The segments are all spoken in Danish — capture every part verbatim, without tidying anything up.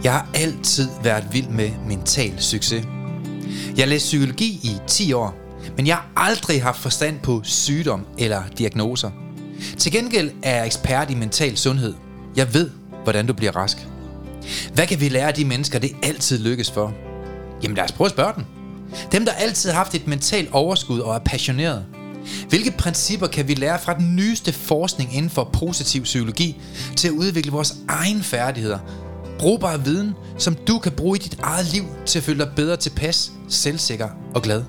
Jeg har altid været vild med mental succes. Jeg læste psykologi i ti år, men jeg har aldrig haft forstand på sygdom eller diagnoser. Til gengæld er jeg ekspert i mental sundhed. Jeg ved, hvordan du bliver rask. Hvad kan vi lære af de mennesker, det altid lykkes for? Jamen lad os prøve at spørge dem. Dem, der altid har haft et mentalt overskud og er passioneret. Hvilke principper kan vi lære fra den nyeste forskning inden for positiv psykologi til at udvikle vores egne færdigheder? Brugbar viden, som du kan bruge i dit eget liv til at føle dig bedre tilpas, selvsikker og glad.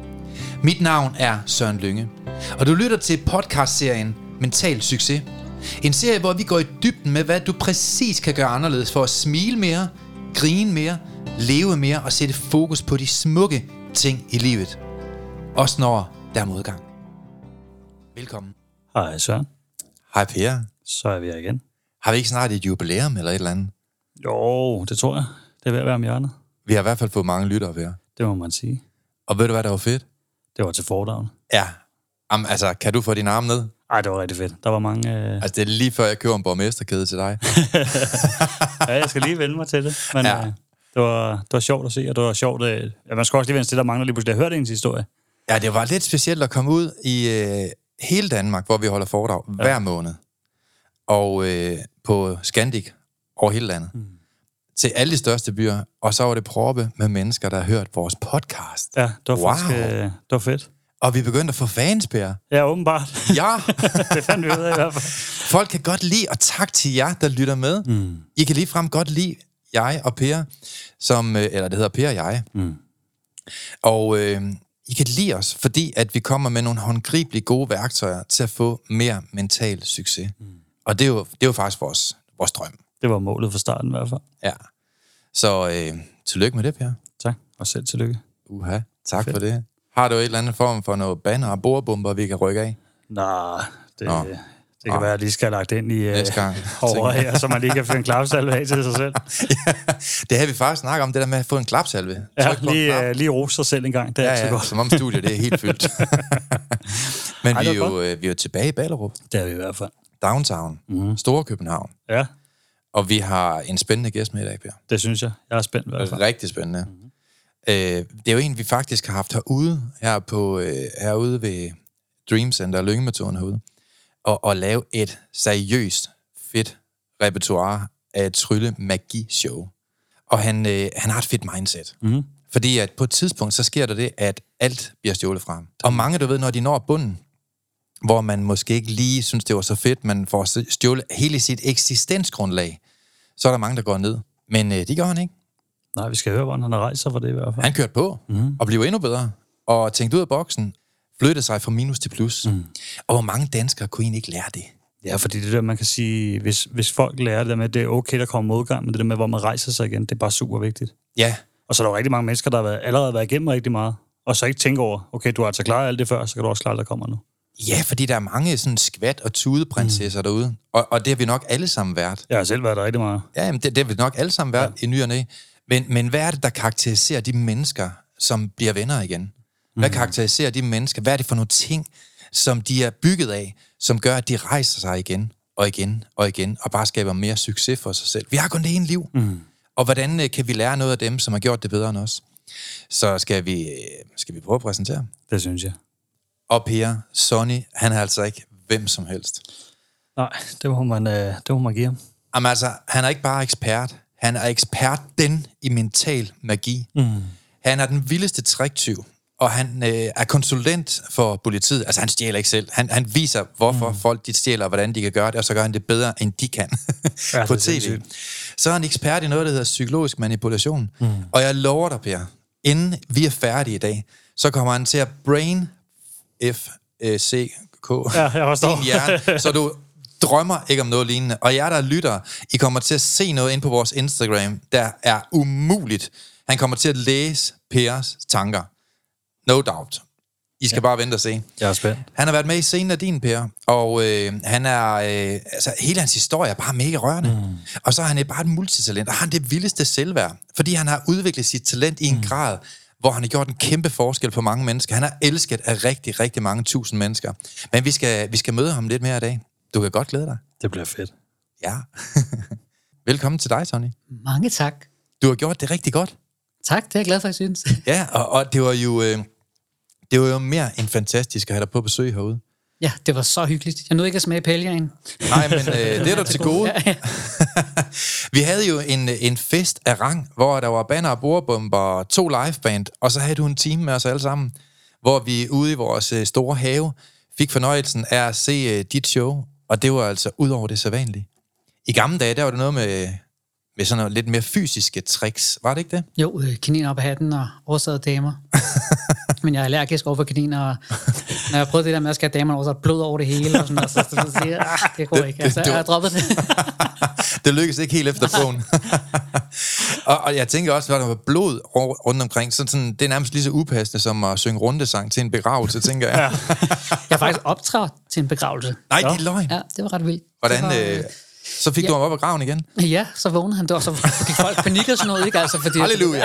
Mit navn er Søren Lynge, og du lytter til podcastserien Mental Succes. En serie, hvor vi går i dybden med, hvad du præcis kan gøre anderledes for at smile mere, grine mere, leve mere og sætte fokus på de smukke ting i livet. Også når der er modgang. Velkommen. Hej Søren. Hej Per. Så er vi her igen. Har vi ikke snart et jubilæum eller et eller andet? Jo, det tror jeg. Det er ved at være om hjørnet. Vi har i hvert fald fået mange lyttere ved. Det må man sige. Og ved du hvad, der var fedt? Det var til fordagen. Ja. Am, altså, kan du få din arm ned? Ej, det var rigtig fedt. Der var mange... Øh... Altså, det er lige før, jeg køber en borgmesterkæde til dig. Ja, jeg skal lige vende mig til det. Men ja. øh, det, var, det var sjovt at se, og det var sjovt... Øh... Ja, man skal også lige vende til, der mangler lige pludselig. Jeg hørte ens historie. Ja, det var lidt specielt at komme ud i øh, hele Danmark, hvor vi holder foredrag ja. hver måned. Og øh, på Scandic over hele landet. Mm. Til alle de største byer. Og så var det proppe med mennesker, der har hørt vores podcast. Ja, det var wow. faktisk... Øh, det var fedt. Og vi begyndte at få fans, Per. Ja, åbenbart. Ja. Det fandt vi ud af i hvert fald. Folk kan godt lide, og tak til jer, der lytter med. Mm. I kan ligefrem godt lide jeg og Per, som, eller det hedder Per og jeg. Mm. Og øh, I kan lide os, fordi at vi kommer med nogle håndgribelige gode værktøjer til at få mere mental succes. Mm. Og det er, jo, det er jo faktisk vores, vores drøm. Det var målet fra starten i hvert fald. Ja. Så øh, tillykke med det, Per. Tak, og selv tillykke. Uha, tak Fedt. for det. Har du et eller andet form for noget banner og bordbomber, vi kan rykke af? Nej, det, Nå. det kan Nå. være, at jeg lige skal have lagt ind i næste gang, over her, så man lige kan få en klapsalve af til sig selv. Ja, det har vi faktisk snakket om, det der med at få en klapsalve. Ja, lige, uh, lige rose sig selv en gang. Det er ja, ja, godt. Som om studiet det er helt fyldt. Men Ej, vi, er jo, vi er jo tilbage i Ballerup. Det er vi i hvert fald. Downtown. Mm. Store København. Ja. Og vi har en spændende gæst med i dag, Per. Det synes jeg. Jeg er spændt i hvert fald. Rigtig spændende. Mm. Øh, det er jo en, vi faktisk har haft herude, her på, øh, herude ved Dream Center, Lyngemetoden herude, og, og lave et seriøst fedt repertoire af et trylle magi-show. Og han, øh, han har et fedt mindset. Mm. Fordi at på et tidspunkt, så sker der det, at alt bliver stjålet fra ham. Og mange, du ved, når de når bunden, hvor man måske ikke lige synes, det var så fedt, man får stjålet hele sit eksistensgrundlag, så er der mange, der går ned. Men øh, de gør han ikke. Nej, vi skal høre, hvordan han har rejst sig for det i hvert fald. Han kørte på, mm. og blev endnu bedre, og tænkte ud af boksen, flyttede sig fra minus til plus. Mm. Og hvor mange danskere kunne egentlig ikke lære det? Ja, fordi det der, man kan sige, hvis, hvis folk lærer det der med, at det er okay, der kommer modgang, men det der med, hvor man rejser sig igen, det er bare super vigtigt. Ja. Og så er der jo rigtig mange mennesker, der har været, allerede været igennem rigtig meget, og så ikke tænker over, okay, du har altså klaret alt det før, så kan du også klare, der kommer nu. Ja, fordi der er mange sådan skvat- og tudeprinsesser mm. derude, og, og det har vi nok alle sammen været. Jeg har selv været der rigtig meget. Ja, jamen, det, det har vi nok alle sammen været ja. i ny og næ. Men, men hvad er det, der karakteriserer de mennesker, som bliver venner igen? Hvad mm. karakteriserer de mennesker? Hvad er det for nogle ting, som de er bygget af, som gør, at de rejser sig igen og igen og igen, og bare skaber mere succes for sig selv? Vi har kun det ene liv. Mm. Og hvordan kan vi lære noget af dem, som har gjort det bedre end os? Så skal vi, skal vi prøve at præsentere? Det synes jeg. Og Per, Sonny, han er altså ikke hvem som helst. Nej, det må man, det må man give ham. Jamen altså, han er ikke bare ekspert. Han er eksperten i mental magi. Mm. Han er den vildeste tricktyv, og han øh, er konsulent for politiet. Altså, han stjæler ikke selv. Han, han viser, hvorfor mm. folk de stjæler, og hvordan de kan gøre det, og så gør han det bedre, end de kan ja, på tv. Så er han ekspert i noget, der hedder psykologisk manipulation. Mm. Og jeg lover dig, Per, inden vi er færdige i dag, så kommer han til at brain F C K ja, jeg forstår. hjerne, så du drømmer ikke om noget lignende. Og jer, der lytter, I kommer til at se noget ind på vores Instagram, der er umuligt. Han kommer til at læse Pers tanker. No doubt. I skal ja. bare vente og se. Jeg er spændt. Han har været med i scenen af din, Per, og øh, han er, øh, altså hele hans historie er bare mega rørende. Mm. Og så er han bare et multitalent, og han har det vildeste selvværd, fordi han har udviklet sit talent i en mm. grad, hvor han har gjort en kæmpe forskel på mange mennesker. Han er elsket af rigtig, rigtig mange tusind mennesker. Men vi skal, vi skal møde ham lidt mere i dag. Du kan godt glæde dig. Det bliver fedt. Ja. Velkommen til dig, Tony. Mange tak. Du har gjort det rigtig godt. Tak, det er jeg glad for, jeg synes. Ja, og, og det var jo øh, det var jo mere end fantastisk at have dig på besøg herude. Ja, det var så hyggeligt. Jeg nåede ikke at smage pælgejen. Nej, men øh, det er du til gode. Ja, ja. Vi havde jo en, en fest af rang, hvor der var banner og bordbomber, to liveband, og så havde du en time med os alle sammen, hvor vi ude i vores øh, store have fik fornøjelsen af at se øh, dit show, og det var altså ud over det sædvanlige. I gamle dage, der var det noget med, med sådan noget lidt mere fysiske tricks, var det ikke det? Jo, øh, kaniner op af hatten og oversatte damer. Men jeg er allergisk over for kaniner, og når jeg prøvede det der med at skære damerne over, så er der blod over det hele, og sådan noget, så, så, så siger jeg, ah, det går det, ikke. Altså, det, jeg har droppet det. Det lykkedes ikke helt efter bogen. og, og jeg tænker også, at der var blod rundt omkring, så sådan, det er nærmest lige så upassende som at synge rundesang til en begravelse, tænker jeg. Jeg har faktisk optrådt til en begravelse. Nej, det er løgn. Ja, det var ret vildt. Hvordan... Var, øh, Så fik ja. du ham op af graven igen? Ja, så vågnede han. Det var så gik folk panik og sådan noget, ikke? Altså, fordi, Halleluja.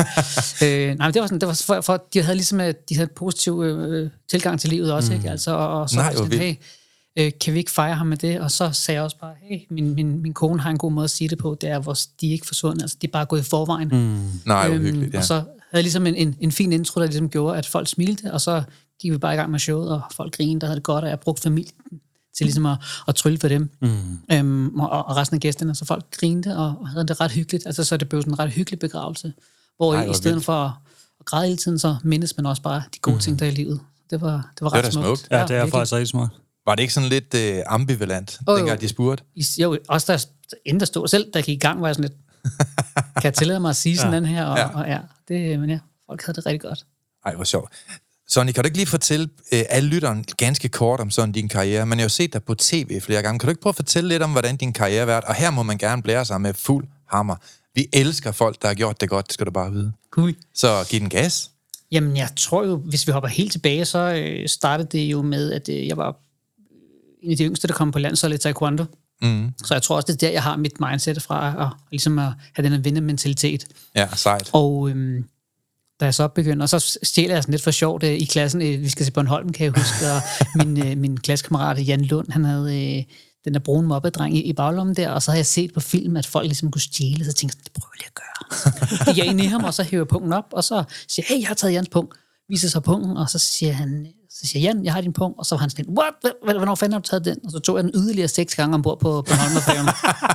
øh, nej, men det var sådan, det var for, for de havde ligesom de havde positiv øh, tilgang til livet også, mm. ikke? Altså, og, og så nej, sådan, hey, øh, kan vi ikke fejre ham med det? Og så sagde jeg også bare, hey, min, min, min kone har en god måde at sige det på, det er, hvor de er ikke forsvundet, altså de er bare gået i forvejen. Mm. Nej, øhm, hyggeligt, ja. Og så havde jeg ligesom en, en, en fin intro, der ligesom gjorde, at folk smilte, og så gik vi bare i gang med showet, og folk grinede, der havde det godt, og jeg brugte familien til ligesom at, at trylle for dem. Mm. Øhm, og, og resten af gæsterne, så folk grinte og havde det ret hyggeligt. Altså, så det blev sådan en ret hyggelig begravelse, hvor Ej, i, i stedet vildt. for at, at græde hele tiden, så mindes man også bare de gode mm. ting, der i livet. Det var, det var ret det smukt. smukt. Ja, ja, det er faktisk rigtig smukt. Var det ikke sådan lidt øh, ambivalent, oh, dengang de spurgte? Jo, også der, inden der stod selv, der gik i gang, var jeg sådan lidt, kan jeg tillade mig at sige sådan ja. den her? Og ja. og ja, det, men ja, folk havde det rigtig godt. Ej, hvor sjovt. Sonny, kan du ikke lige fortælle øh, alle lytteren ganske kort om sådan din karriere? Man har jo set dig på tv flere gange. Kan du ikke prøve at fortælle lidt om, hvordan din karriere har været? Og her må man gerne blære sig med fuld hammer. Vi elsker folk, der har gjort det godt, det skal du bare vide. Cool. Så giv den gas. Jamen, jeg tror jo, hvis vi hopper helt tilbage, så øh, startede det jo med, at øh, jeg var en af de yngste, der kom på landsholdet i taekwondo. Mm. Så jeg tror også, det er der, jeg har mit mindset fra, at, at, ligesom at have den her vindermentalitet. Ja, sejt. Og øhm, da jeg så begynder, og så stjæler jeg sådan lidt for sjovt øh, i klassen, øh, vi skal se Bornholm, kan jeg huske, og min, øh, min klassekammerat Jan Lund, han havde øh, den der brune mobbedreng i, i baglommen der, og så havde jeg set på film, at folk ligesom kunne stjæle, så tænkte jeg, det prøver jeg lige at gøre. Så jeg er inde i ham, og så hæver punkten op, og så siger jeg, hey, jeg har taget Jans punkt, viser sig punkten, og så siger han, så siger Jan, jeg har din punkt, og så var han sådan, what, hvornår fanden har du taget den? Og så tog jeg den yderligere seks gange ombord på Bornholm.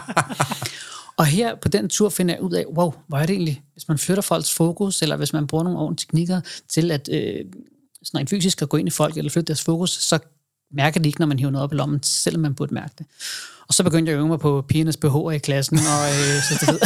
Og her på den tur finder jeg ud af, wow, hvor er det egentlig, hvis man flytter folks fokus, eller hvis man bruger nogle ordentlige teknikker til at øh, sådan rent fysisk at gå ind i folk, eller flytte deres fokus, så mærker de ikke, når man hiver noget op i lommen, selvom man burde mærke det. Og så begyndte jeg at øve mig på pigernes B H'er i klassen, og, øh, så det ved,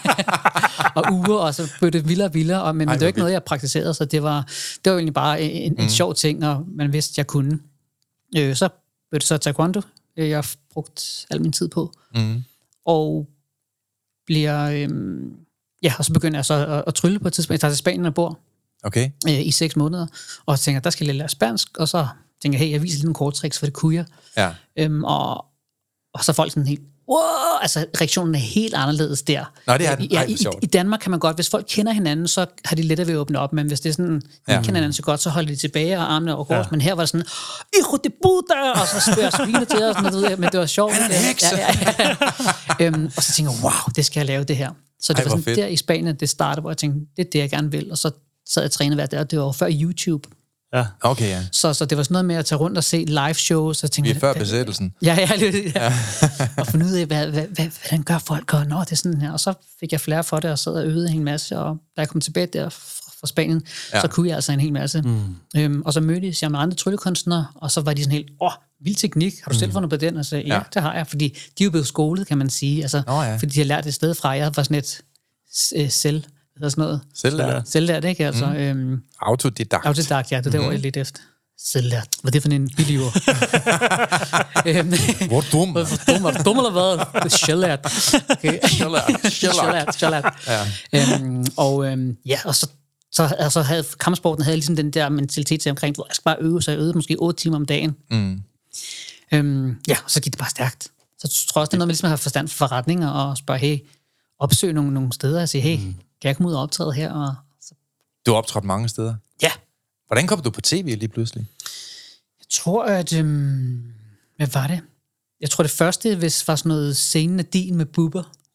og uger, og så blev det vildere og vildere, og, men Ej, det var ikke noget, jeg praktiserede, så det var, det var egentlig bare en, en mm. sjov ting, og man vidste, jeg kunne. Øh, så blev det så taekwondo, jeg har brugt al min tid på, mm. og bliver, øhm, ja, og så begynder jeg så at, at trylle på et tidspunkt. Jeg tager til Spanien og bor okay. øh, i seks måneder, og tænker, der skal jeg lære spansk, og så tænker jeg, hey, jeg viser lidt nogle korttricks, for det kunne jeg. Ja. Øhm, og, og så folk sådan helt, wow, altså reaktionen er helt anderledes der. Nå, det er den. Ja, i, i Danmark kan man godt, hvis folk kender hinanden, så har de lettere ved at åbne op, men hvis det er sådan, ja. de kender hinanden så godt, så holder de tilbage og armene over kors, ja. men her var det sådan, hijo de puta, og så spørger jeg svine til os, men det var sjovt. Han er en heks! Ja, ja, ja. øhm, og så tænker jeg, wow, det skal jeg lave det her. Så det Ej, var sådan fedt. Der i Spanien, det startede, hvor jeg tænkte, det er det, jeg gerne vil, og så sad jeg og trænede hver dag, og det var før YouTube. Ja. Okay, ja. Så, så det var sådan noget med at tage rundt og se live shows. Så tænkte, vi er før besættelsen. Ja, ja, ja. ja. Og finde ud af, hvad, hvad, hvad, hvordan gør folk, og nå, det er sådan her. Og så fik jeg flere for det, og sad og øvede en hel masse, og da jeg kom tilbage der fra, fra Spanien, ja. så kunne jeg altså en hel masse. Mm. Øhm, og så mødtes jeg med andre tryllekunstnere, og så var de sådan helt, åh, vild teknik, har du selv fundet på den? Og så ja, ja, det har jeg, fordi de er jo blevet skolet, kan man sige. Altså, oh, ja. Fordi de har lært det sted fra. Jeg var sådan et øh, selv, eller sådan noget. Selvlært. Selvlært, ikke? Altså, mm. øhm, autodidakt. Autodidakt, ja, det er der, mm. jeg lidt efter. Selvlært. Hvad er det for en billig ord? Hvor dum? Hvor dum? Er du dum eller hvad? Det er selvlært. Selvlært. Selvlært. Selvlært. Ja. Øhm, og øhm, ja, og så, så altså, havde kampsporten havde ligesom den der mentalitet til omkring, hvor jeg skal bare øve, så jeg øvede måske otte timer om dagen. Mm. Øhm, ja, og så gik det bare stærkt. Så jeg tror også, det er noget med ligesom at have forstand for forretninger og spørge, hey, opsøge nogle, nogle steder og sige, hey, mm. kan jeg komme ud og optræde her? Og så... Du har optrådt mange steder? Ja. Hvordan kom du på tv lige pludselig? Jeg tror, at... Øhm, hvad var det? Jeg tror, det første hvis var sådan noget scenen af din med Bubber.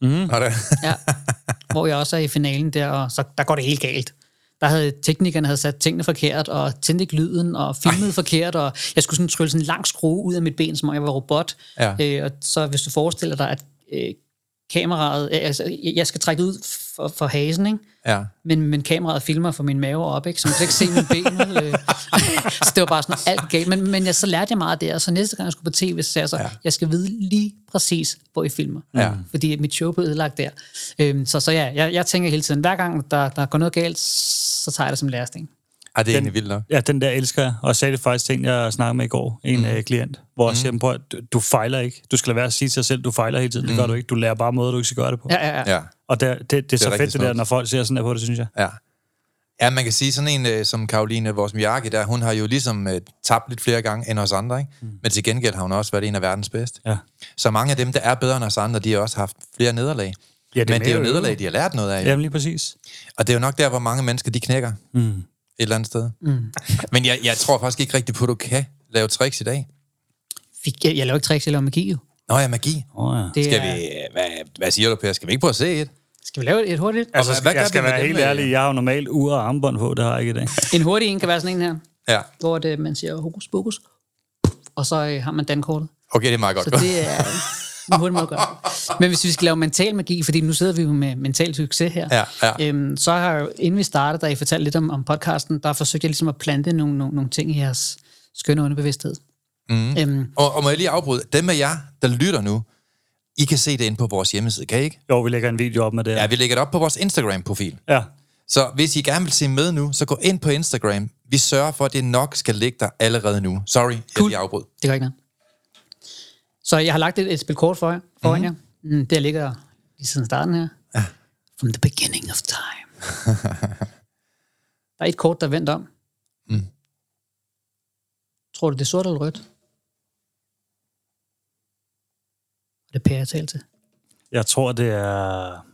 Mm. Ja, hvor jeg også er i finalen der, og så der går det helt galt. Der havde teknikerne havde sat tingene forkert, og tændte ikke lyden, og filmede Ej. forkert, og jeg skulle sådan trylle sådan en lang skrue ud af mit ben, som om jeg var robot. Ja. Øh, og så hvis du forestiller dig, at øh, kameraet, øh, altså jeg skal trække ud for, for hasen, ikke? Ja. Men, men kameraet filmer fra min mave op, ikke? Så man kan ikke se mine ben. Øh. Så det var bare sådan alt galt. Men, men jeg, så lærte jeg meget der, så næste gang jeg skulle på tv, så sagde jeg så, ja. jeg skal vide lige præcis, hvor I filmer. Ja. Fordi mit show blev ødelagt der. Øhm, så, så ja, jeg, jeg tænker hele tiden, hver gang der, der går noget galt, så tager jeg det som læresting. Ah, det er den, egentlig vildt nok. Ja, den der elsker jeg. Og jeg sagde det faktisk ting, jeg snakkede med i går. En mm. uh, klient, hvor jeg mm. siger, prøv, du, du fejler ikke. Du skal lade være at sige til dig selv, du fejler hele tiden. Mm. Det gør du ikke. Du lærer bare måder, du ikke skal gøre det på. Ja, ja, ja. ja. Og der, det, det, det er så fedt, det der, når folk ser sådan der på det, synes jeg. Ja. Ja, man kan sige, sådan en uh, som Karoline, vores Miyagi der, hun har jo ligesom uh, tabt lidt flere gange end os andre, ikke? Mm. Men til gengæld har hun også været en af verdens bedste. Ja. Så mange af dem, der er bedre end os andre, de har også haft flere nederlag. Ja, det Men det er jo nederlag, de har lært noget af. Jamen lige præcis. Og det er jo nok der, hvor mange mennesker, de knækker. Mm. Et eller andet sted. Mm. Men jeg, jeg tror faktisk ikke rigtigt på, at du kan lave tricks i dag. Jeg, jeg laver ikke tricks, jeg laver magi jo. Nå ja, magi. Oh, ja. Det Skal er... vi... Hvad, hvad siger du, Per? Skal vi ikke prøve at se et? Skal vi lave et hurtigt? Altså, hvad, jeg skal være helt ærlig, jeg har jo normalt ur og armbånd på, det har jeg ikke i dag. En hurtig en kan være sådan en her, ja. hvor det, man siger hokus pokus, og så øh, har man dankortet. Okay, det er meget godt. Så det er en hurtig måde at gøre. Men hvis vi skal lave mental magi, fordi nu sidder vi jo med mental succes her, ja, ja. Øhm, så har jeg jo, inden vi startede, da I fortalte lidt om, om podcasten, der forsøgte jeg ligesom at plante nogle, nogle, nogle ting i jeres skønne underbevidsthed. Mm. Øhm. Og, og må jeg lige afbryde? Dem af jer, der lytter nu, I kan se det inde på vores hjemmeside, kan I ikke? Jo, vi lægger en video op med det. Ja, vi lægger det op på vores Instagram-profil. Ja. Så hvis I gerne vil se med nu, så gå ind på Instagram. Vi sørger for, at det nok skal ligge der allerede nu. Sorry, jeg cool. lige afbrød. Det gør ikke noget. Så jeg har lagt et, et spil kort for jer, foran mm-hmm. jer. Mm, det ligger lige siden starten her. Ja. From the beginning of time. Der er et kort, der vender om. Mm. Tror du, det er sort eller rødt? Det er Per, jeg taler til. Jeg tror, det er...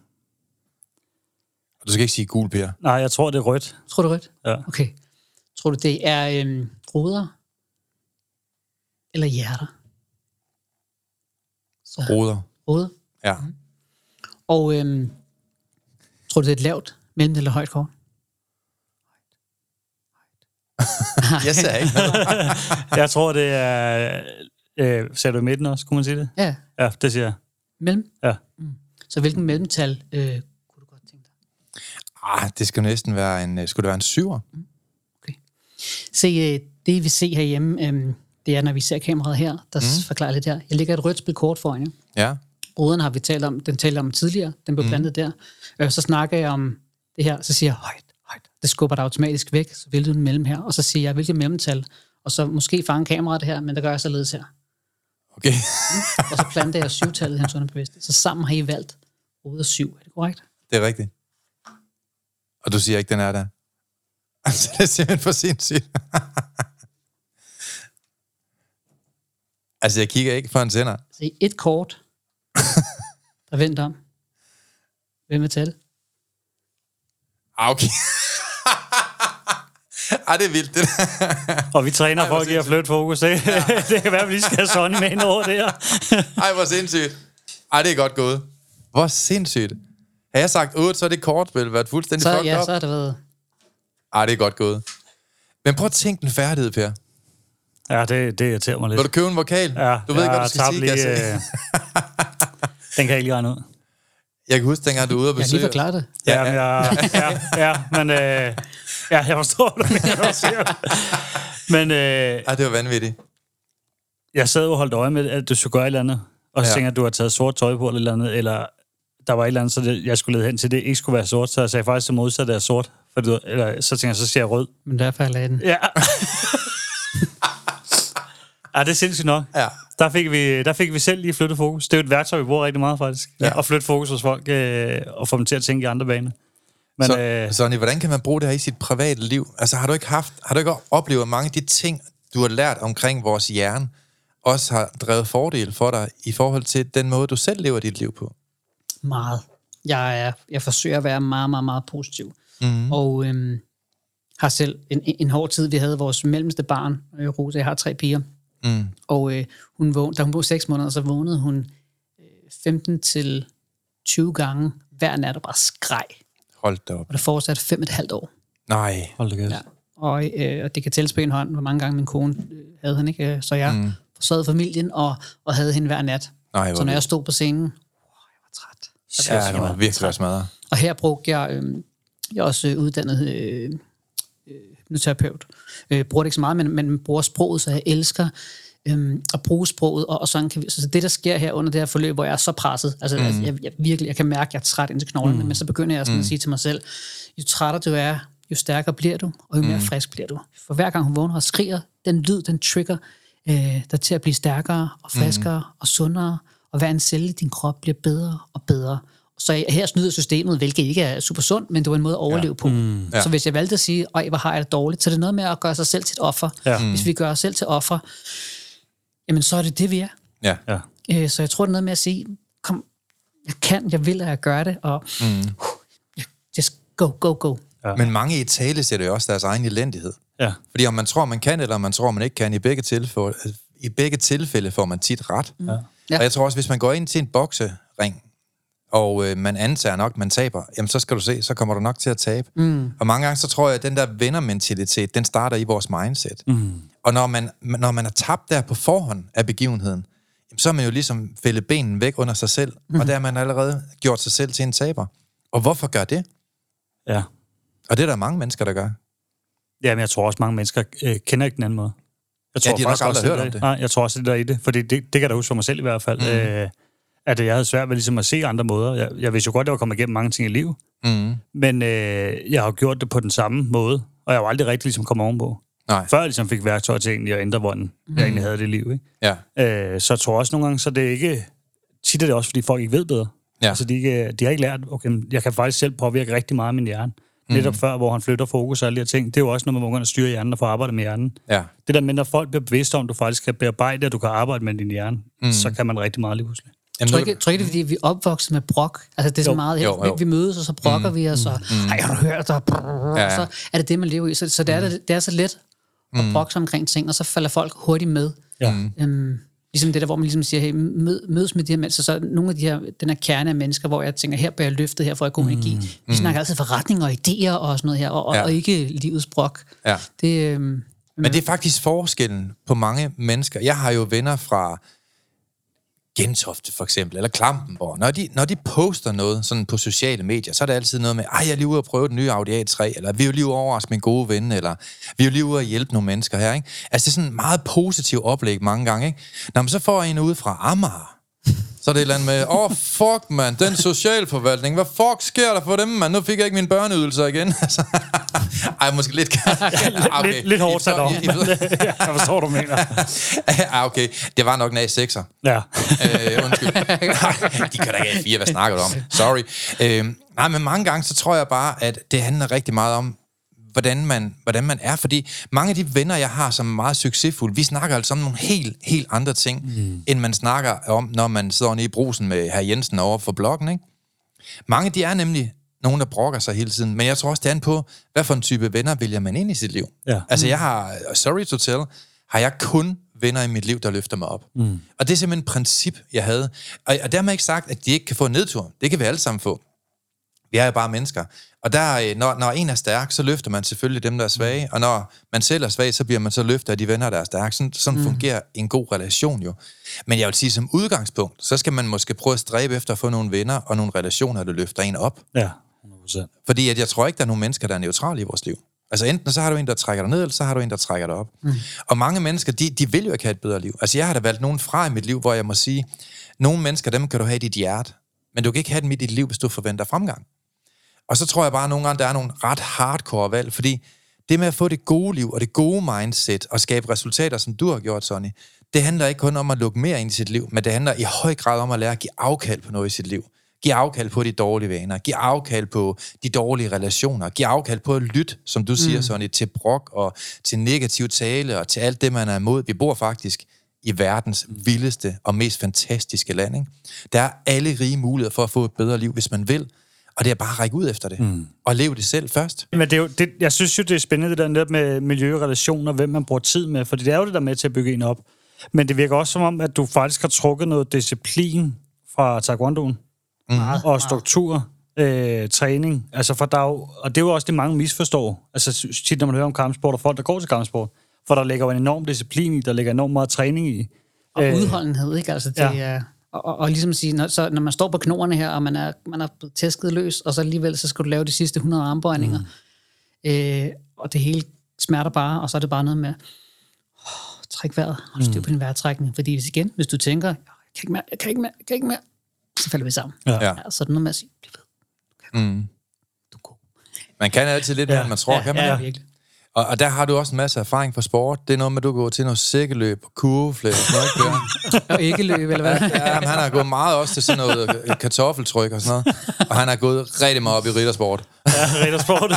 Du skal ikke sige gul, Per. Nej, jeg tror, det er rødt. Tror du rødt? Ja. Okay. Tror du, det er øhm, ruder? Eller hjerter? Så. Ruder. Ruder? Ja. Mm. Og øhm, tror du, det er et lavt, mellem eller højt kort? Jeg ser ikke noget. Jeg tror, det er... Øh, ser du i midten også, kunne man sige det? Ja. Ja, det siger jeg. Mellem? Ja. Mm. Så hvilken mellemtal øh, kunne du godt tænke dig? Ah, det skal næsten være en... Skulle det være en syver? Mm. Okay. Se, øh, det vi ser herhjemme, øh, det er, når vi ser kameraet her, der mm. forklarer lidt her. Jeg lægger et rødt spil kort foran jer. Ja. Ruderne har vi talt om, den talte om tidligere, den blev mm. plantet der. Øh, så snakker jeg om det her, så siger jeg højt, højt. Det skubber dig automatisk væk, så vælger du den mellem her, og så siger jeg, hvilket mellemtal, og så måske fange kameraet her, men der gør jeg således her. Okay. mm. Og så planter jeg syvtallet i hans underbevidste. Så sammen har I valgt ruder syv, er det korrekt? Det er rigtigt. Og du siger ikke, den er der? Altså, det er simpelthen for sindssygt. Altså, jeg kigger ikke for en sender. Se, et kort, der venter om. Hvem vil tage det? Ah, okay. Ej, det er vildt, det der. Og vi træner Ej, folk i at flytte fokus. Det, ja. Det kan være, at vi lige skal have Sonny med ind over det her. Ej, hvor sindssygt. Ej, det er godt gået. Hvor sindssygt. Har jeg sagt otte, så er det kortspil været fuldstændig så, fucked ja, op. så har det været... Ej, det er godt gået. Men prøv at tænke den færdighed, Per. Ja, det, det irriterer mig lidt. Vil du købe en vokal? Ja, du ved ikke, hvad du skal sige, lige, kan øh... Den kan jeg ikke lige regne ud. Jeg kan huske, dengang du er ude og besøge... Jeg har lige forklaret det. Ja, ja, ja, ja, ja men... Øh... Ja, jeg forstår det, men jeg siger. Men... Øh... Ej, det var vanvittigt. Jeg sad og holdt øje med, at du skulle gøre et eller andet, og så ja. tænkte, at du har taget sort tøj på eller et eller andet, eller der var et eller andet, så det, jeg skulle lede hen til, det ikke skulle være sort, så jeg sagde faktisk, at modsat er sort. For du, eller, så tænkte jeg, så siger jeg rød. Men derfor jeg lagde den. Ja. Ja, det er sindssygt nok. Ja. Der fik, vi, der fik vi selv lige flyttet fokus. Det er jo et værktøj, vi bruger rigtig meget, faktisk. Ja. At flytte fokus hos folk, øh, og få dem til at tænke i andre baner. Men, så, øh, Sonny, hvordan kan man bruge det her i sit private liv? Altså, har du ikke haft, har du ikke oplevet mange af de ting, du har lært omkring vores hjerne, også har drevet fordel for dig i forhold til den måde, du selv lever dit liv på? Meget. Jeg, er, jeg forsøger at være meget, meget, meget positiv. Mm-hmm. Og øhm, har selv en, en hård tid. Vi havde vores mellemste barn, øh, Rosa. Jeg har tre piger. Mm. Og øh, hun vågnede, da hun var seks måneder, så vågnede hun øh, femten til tyve gange hver nat og bare skreg. Hold da op. Og det fortsatte fem et halvt år. Nej. Hold da kæft. Ja. Og, øh, og det kan tælles på en hånd, hvor mange gange min kone øh, havde han, ikke? Så jeg mm. forsørgede familien og, og havde hende hver nat. Nej, så når jeg stod på scenen, oh, jeg var træt. Ja, jeg det var virkelig også smadret. Og her brugte jeg, øh, jeg er også øh, uddannet øh, øh, hypnoterapeut. Øh, bruger det ikke så meget, men, men bruger sproget, så jeg elsker øh, at bruge sproget. Og, og sådan kan vi, så det, der sker her under det her forløb, hvor jeg er så presset, altså, mm. altså jeg, jeg, virkelig, jeg kan mærke, at jeg er træt ind til knoglene, mm. men så begynder jeg sådan mm. at sige til mig selv, jo trættere du er, jo stærkere bliver du, og jo mere mm. frisk bliver du. For hver gang hun vågner og skriger, den lyd, den trigger øh, der til at blive stærkere og friskere mm. og sundere, og hver en celle i din krop bliver bedre og bedre. Så her snyder systemet, hvilket ikke er super sundt, men det var en måde at overleve ja. på. Mm. Ja. Så hvis jeg valgte at sige, øj, hvor har jeg det dårligt, så er det noget med at gøre sig selv til et offer. Ja. Hvis vi gør os selv til offer, jamen så er det det, vi er. Ja. Ja. Øh, så jeg tror, det er noget med at sige, kom, jeg kan, jeg vil, at jeg gør det, og mm. uh, just go, go, go. Ja. Men mange i tale sætter jo også deres egen elendighed. Ja. Fordi om man tror, man kan, eller om man tror, man ikke kan, i begge tilfælde, i begge tilfælde får man tit ret. Mm. Ja. Og jeg tror også, hvis man går ind til en boksering, og øh, man antager nok, man taber, jamen så skal du se, så kommer du nok til at tabe. Mm. Og mange gange, så tror jeg, at den der vindermentalitet, den starter i vores mindset. Mm. Og når man, når man er tabt der på forhånd af begivenheden, jamen, så er man jo ligesom fældet benen væk under sig selv, mm. og der har man allerede gjort sig selv til en taber. Og hvorfor gør det? Ja. Og det er der mange mennesker, der gør. Ja, men jeg tror også, mange mennesker øh, kender ikke den anden måde. Jeg tror ja, de har nok aldrig hørt om det. det. Nej, jeg tror også, det der i det. For det, det, det kan jeg da huske for mig selv i hvert fald. Mm. Øh, at jeg havde svært ved ligesom at se andre måder. Jeg, jeg vidste jo godt, at jeg var kommet igennem mange ting i livet. Mm. Men øh, jeg har gjort det på den samme måde. Og jeg har aldrig rigtig ligesom kommet ovenpå. Nej. Før jeg ligesom fik værktøj til egentlig at ændre, hvordan mm. jeg egentlig havde det i liv. Ikke? Ja. Øh, så jeg tror også nogle gange, så det er ikke... Tit er det også, fordi folk ikke ved bedre. Ja. Altså, de, ikke, de har ikke lært, okay, jeg kan faktisk selv påvirke rigtig meget af min hjerne. Mm. Netop før, hvor han flytter fokus og alle de her ting. Det er jo også noget, man må styre hjernen og få arbejde med hjernen. Ja. Det der med, når folk bliver bevidste om, at du faktisk kan bearbejde, at du kan arbejde med din hjerne, mm. så kan man rigtig meget lige pludselig. Jeg tror ikke, tror ikke, det er, fordi vi er opvokset med brok. Altså, det er så jo. meget, jo, jo. Vi, vi mødes, og så brokker mm. vi os, og mm. ej, har du hørt, og, ja, ja. og så er det det, man lever i. Så, så det, er, mm. det er så let at brokke sig omkring ting, og så falder folk hurtigt med. Ja. Øhm, ligesom det der, hvor man ligesom siger, hey, mød, mødes med de her mennesker, så nogle af de her, den her kerne af mennesker, hvor jeg tænker, her bliver jeg løftet, her får jeg god mm. energi. Vi mm. snakker altid forretninger og idéer og sådan noget her, og, ja. og ikke livets brok. Ja. Det, øhm, Men det er faktisk forskellen på mange mennesker. Jeg har jo venner fra Gentofte for eksempel, eller Klampenborg. Når de, når de poster noget sådan på sociale medier, så er det altid noget med, ej, jeg er lige ude at prøve den nye Audi A tre, eller vi er jo lige ude at overraske min gode ven, eller vi er jo lige ude at hjælpe nogle mennesker her, ikke? Altså, det er sådan en meget positiv oplæg mange gange, ikke? Når man så får en ude fra Amager, så er det et eller andet med, åh, oh, fuck, man, den socialforvaltning, hvad fuck sker der for dem, man? Nu fik jeg ikke mine børneydelser igen. Ej, måske lidt... okay. lidt, lidt hårdt sat om. Jeg forstår, du mener. Ja, okay. Det var nok en A sekser. Ja. Øh, undskyld. De kan da ikke A fire, hvad snakker du om? Sorry. Øh, nej, men mange gange, så tror jeg bare, at det handler rigtig meget om, hvordan man, hvordan man er, fordi mange af de venner, jeg har, som er meget succesfulde, vi snakker altså om nogle helt, helt andre ting, mm. end man snakker om, når man sidder nede i brusen med hr. Jensen over for bloggen, ikke? Mange, de er nemlig nogen, der brokker sig hele tiden, men jeg tror også, det er an på, hvad for en type venner vælger man ind i sit liv. Ja. Altså, jeg har, sorry to tell, har jeg kun venner i mit liv, der løfter mig op. Mm. Og det er simpelthen et princip, jeg havde. Og, og dermed ikke sagt, at de ikke kan få en nedtur. Det kan vi alle sammen få. Vi er jo bare mennesker. Og der, når, når en er stærk, så løfter man selvfølgelig dem, der er svage. Og når man selv er svag, så bliver man så løftet af de venner, der er stærke. Sådan, sådan mm. fungerer en god relation jo. Men jeg vil sige, som udgangspunkt, så skal man måske prøve at stræbe efter at få nogle venner og nogle relationer, der løfter en op. Ja, hundrede procent. Fordi at jeg tror ikke, der er nogen mennesker, der er neutrale i vores liv. Altså enten så har du en, der trækker dig ned, eller så har du en, der trækker dig op. Mm. Og mange mennesker, de, de vil jo ikke have et bedre liv. Altså jeg har da valgt nogen fra i mit liv, hvor jeg må sige, nogle mennesker, dem kan du have i dit hjerte, men du kan ikke have dem i dit liv, hvis du forventer fremgang. Og så tror jeg bare, at nogle gange, der er nogle ret hardcore valg, fordi det med at få det gode liv og det gode mindset og skabe resultater, som du har gjort, Sonny, det handler ikke kun om at lukke mere ind i sit liv, men det handler i høj grad om at lære at give afkald på noget i sit liv. Giv afkald på de dårlige vaner, giv afkald på de dårlige relationer, giv afkald på at lytte, som du siger, mm. Sonny, til brok og til negativ tale og til alt det, man er imod. Vi bor faktisk i verdens vildeste og mest fantastiske land, ikke? Der er alle rige muligheder for at få et bedre liv, hvis man vil. Og det er bare at række ud efter det. Mm. Og leve det selv først. Men det er jo, det, jeg synes jo, det er spændende, det der med miljørelationer, hvem man bruger tid med. Fordi det er jo det der med til at bygge en op. Men det virker også som om, at du faktisk har trukket noget disciplin fra taekwondoen. mm. og struktur, øh, træning. Altså for der er jo, og det er jo også det, mange misforstår. Altså tit, når man hører om kampsport, og folk, der går til kampsport, for der ligger jo en enorm disciplin i, der ligger enormt meget træning i. Og øh, udholdenhed, ikke? Altså det er... Ja. Og, og, og ligesom sige, når, så, når man står på knoerne her, og man er, man er blevet tæsket løs, og så alligevel, så skal du lave de sidste hundrede armbøjninger, mm. øh, og det hele smerter bare, og så er det bare noget med, oh, træk vejret, hold styr på din vejrtrækning, fordi hvis igen, hvis du tænker, jeg kan ikke mere, jeg kan ikke mere, jeg kan ikke mere, så falder vi sammen. Ja. Ja, så er det noget med at sige, bliv ved, du kan mm. du er god. Man kan altid lidt mere, ja. end man tror, ja, kan man ja, det? Virkelig. Og, og der har du også en masse erfaring fra sport. Det er noget med, at du går til noget sækkeløb og kurveflæk og sådan noget. Og ikke løb, eller hvad? Ja, ja, men han har gået meget også til sådan noget kartoffeltryk og sådan noget. Og han har gået rigtig meget op i riddersport. Ja, riddersport.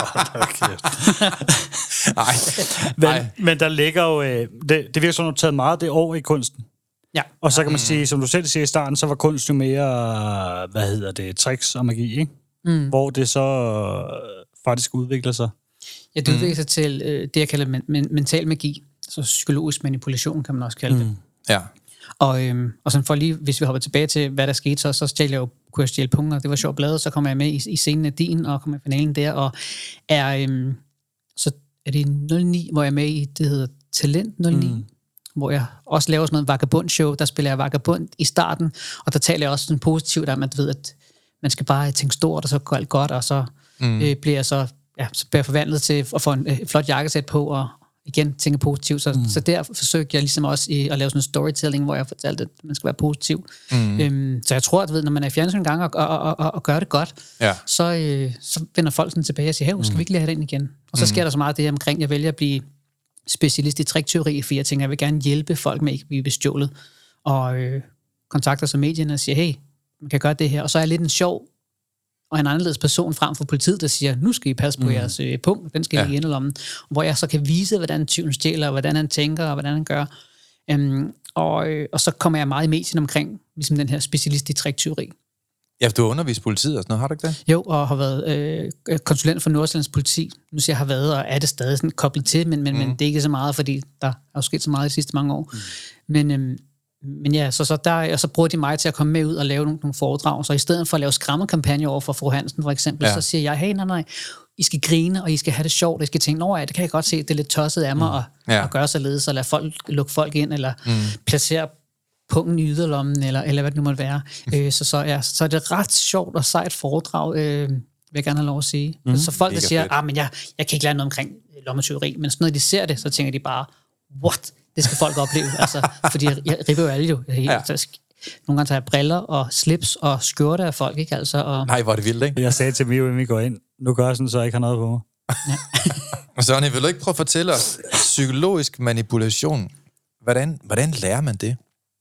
Nej. Men, men der ligger jo... Det, det virker som, du har taget meget det over i kunsten. Ja. Og så kan man mm. sige, som du selv siger i starten, så var kunst jo mere, hvad hedder det, tricks og magi, ikke? Mm. Hvor det så faktisk udvikler sig. Ja, det udvikler sig til øh, det, jeg kalder men- men- mental magi. Så psykologisk manipulation, kan man også kalde det. Mm. Ja. Og, øhm, og sådan for lige, hvis vi hopper tilbage til, hvad der skete, så, så stjal jeg jo, kunne jeg stjæle punkter. Det var sjovt bladet, så kom jeg med i, i scenen af din, og kom i finalen der, og er, øhm, så er det nul ni, hvor jeg er med i, det hedder Talent nul ni, mm. hvor jeg også laver sådan noget vagabond-show, der spiller jeg vagabond i starten, og der taler jeg også sådan positivt om, at du ved, at man skal bare tænke stort, og så går alt godt, og så mm. øh, bliver jeg så ja, så bliver jeg forvandlet til at få en øh, flot jakkesæt på, og igen tænke positivt. Så, mm. så der forsøgte jeg ligesom også i, at lave sådan en storytelling, hvor jeg fortalte, at man skal være positiv. Mm. Øhm, så jeg tror, at ved, når man er i fjernsyn en gang og, og, og, og, og gør det godt, ja. så, øh, så vender folk sådan tilbage og siger, hey, skal vi ikke lige have det ind igen? Og så mm. sker der så meget det omkring, jeg vælger at blive specialist i trikteori, for jeg tænker, jeg vil gerne hjælpe folk med ikke at blive bestjålet, og øh, kontakter så medierne og siger, hey, man kan gøre det her. Og så er jeg lidt en sjov og en anderledes person frem for politiet, der siger, nu skal I passe på mm. jeres øh, punkt, den skal I ja. ind i lommen. Hvor jeg så kan vise, hvordan tyven stjæler, og hvordan han tænker, og hvordan han gør. Um, og, øh, og så kommer jeg meget i medien omkring, ligesom den her specialist i trikteori. Ja, du har undervist politiet og sådan noget, har du ikke det? Jo, og har været øh, konsulent for Nordsjællands politi. Nu siger jeg, har været, og er det stadig sådan koblet til, men, men, mm. men det er ikke så meget, fordi der er jo sket så meget de sidste mange år. Mm. Men... Øh, Men ja, så, så, der, og så bruger de mig til at komme med ud og lave nogle, nogle foredrag. Så i stedet for at lave skræmmekampagne over for fru Hansen, for eksempel, ja. så siger jeg, hey, nej, nej, I skal grine, og I skal have det sjovt, og I skal tænke, nå ja, det kan jeg godt se, det er lidt tosset af mig, mm. at, ja. at gøre således, og lade folk, lukke folk ind, eller mm. placere punkten i yderlommen, eller, eller hvad det nu måtte være. Mm. Øh, så, så, ja, så er det ret sjovt og sejt foredrag, øh, vil jeg gerne have lov at sige. Mm. Så folk, der siger, ah, men jeg, jeg kan ikke lære noget omkring lommetyveri, men sådan noget, de ser det, så tænker de bare, what? Det skal folk opleve, altså, fordi jeg, jeg ripper jo alle jo. Jeg, ja. så, nogle gange tager jeg briller og slips og skjorte af folk, ikke? Altså, og... Nej, hvor er det vildt, ikke? Jeg sagde til Mio, at vi går ind. Nu gør jeg sådan, så jeg ikke har noget på mig. Ja. Sonny, vil du ikke prøve at fortælle os psykologisk manipulation? Hvordan, hvordan lærer man det?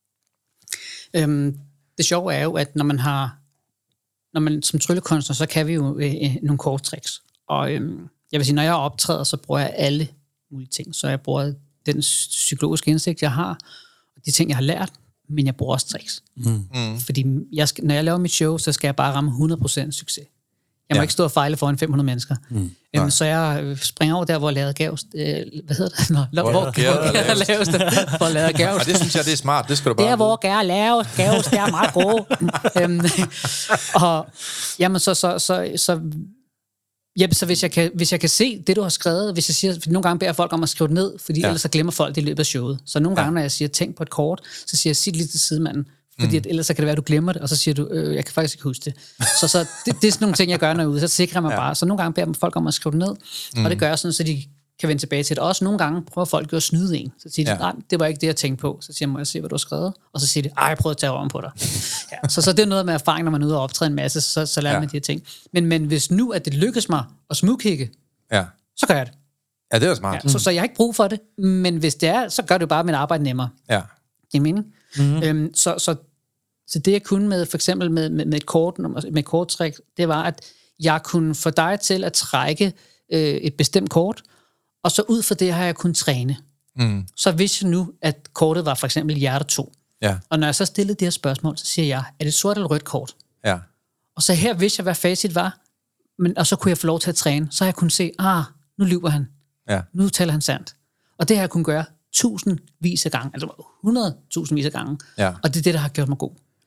Øhm, det sjove er jo, at når man har... Når man som tryllekunstner, så kan vi jo øh, nogle korttricks. Og øh, jeg vil sige, når jeg optræder, så bruger jeg alle mulige ting. Så jeg bruger den psykologiske indsigt, jeg har, og de ting, jeg har lært, men jeg bruger også tricks. Mm. Mm. Fordi jeg skal, når jeg laver mit show, så skal jeg bare ramme hundrede procent succes. Jeg må ja. ikke stå og fejle foran fem hundrede mennesker. Mm. Øhm, så jeg springer over der, hvor jeg lavede gavst. Øh, hvad hedder det? Nå, hvor, hvor, hvor gær lavest. Hvor jeg lavede gavst. Ja, det synes jeg, det er smart. Det skal du bare Der, hvor gær laves gavst, det er meget gode. øhm, og jamen, så, så, så, så Ja, så hvis jeg, kan, hvis jeg kan se det, du har skrevet, hvis jeg siger, for nogle gange beder jeg folk om at skrive det ned, fordi ja. ellers så glemmer folk det i løbet af showet. Så nogle gange, ja. når jeg siger, tænk på et kort, så siger jeg, sig lige til sidemanden, fordi mm. at ellers så kan det være, at du glemmer det, og så siger du, øh, jeg kan faktisk ikke huske det. Så, så det, det er sådan nogle ting, jeg gør når jeg er ude, så sikrer jeg mig ja. bare. Så nogle gange beder jeg folk om at skrive det ned, mm. og det gør jeg sådan, så de kan vende tilbage til det. Også nogle gange prøver folk jo at snyde en. Så siger de, ja. nej, det var ikke det, jeg tænkte på. Så siger jeg, må jeg se, hvad du har skrevet? Og så siger de, ej, jeg prøvede at tage over på dig. Ja, så, så det er noget med erfaring, når man er ude og optræde en masse, så, så lærer ja. man de her ting. Men, men hvis nu, at det lykkes mig at smugkigge, ja. så gør jeg det. Ja, det er smart. Ja, så, så jeg har ikke brug for det, men hvis det er, så gør det jo bare mit arbejde nemmere. Ja. Det er mening. Mm-hmm. Øhm, så, så, så det jeg kunne med, for eksempel med, med, med et kort, med et korttræk, det var, at jeg kunne få dig til at trække øh, et bestemt kort, og så ud fra det har jeg kunnet træne. Mm. Så hvis jeg nu, at kortet var for eksempel hjerte to, ja. og når jeg så stillede de her spørgsmål, så siger jeg, er det sort eller rødt kort? Ja. Og så her vidste jeg, hvad facit var, men, og så kunne jeg få lov til at træne. Så har jeg kunnet se, ah, nu lyver han. Ja. Nu taler han sandt. Og det har jeg kunnet gøre tusindvis af gange, altså hundredtusindvis af gange. Ja. Og det er det, der har gjort mig god.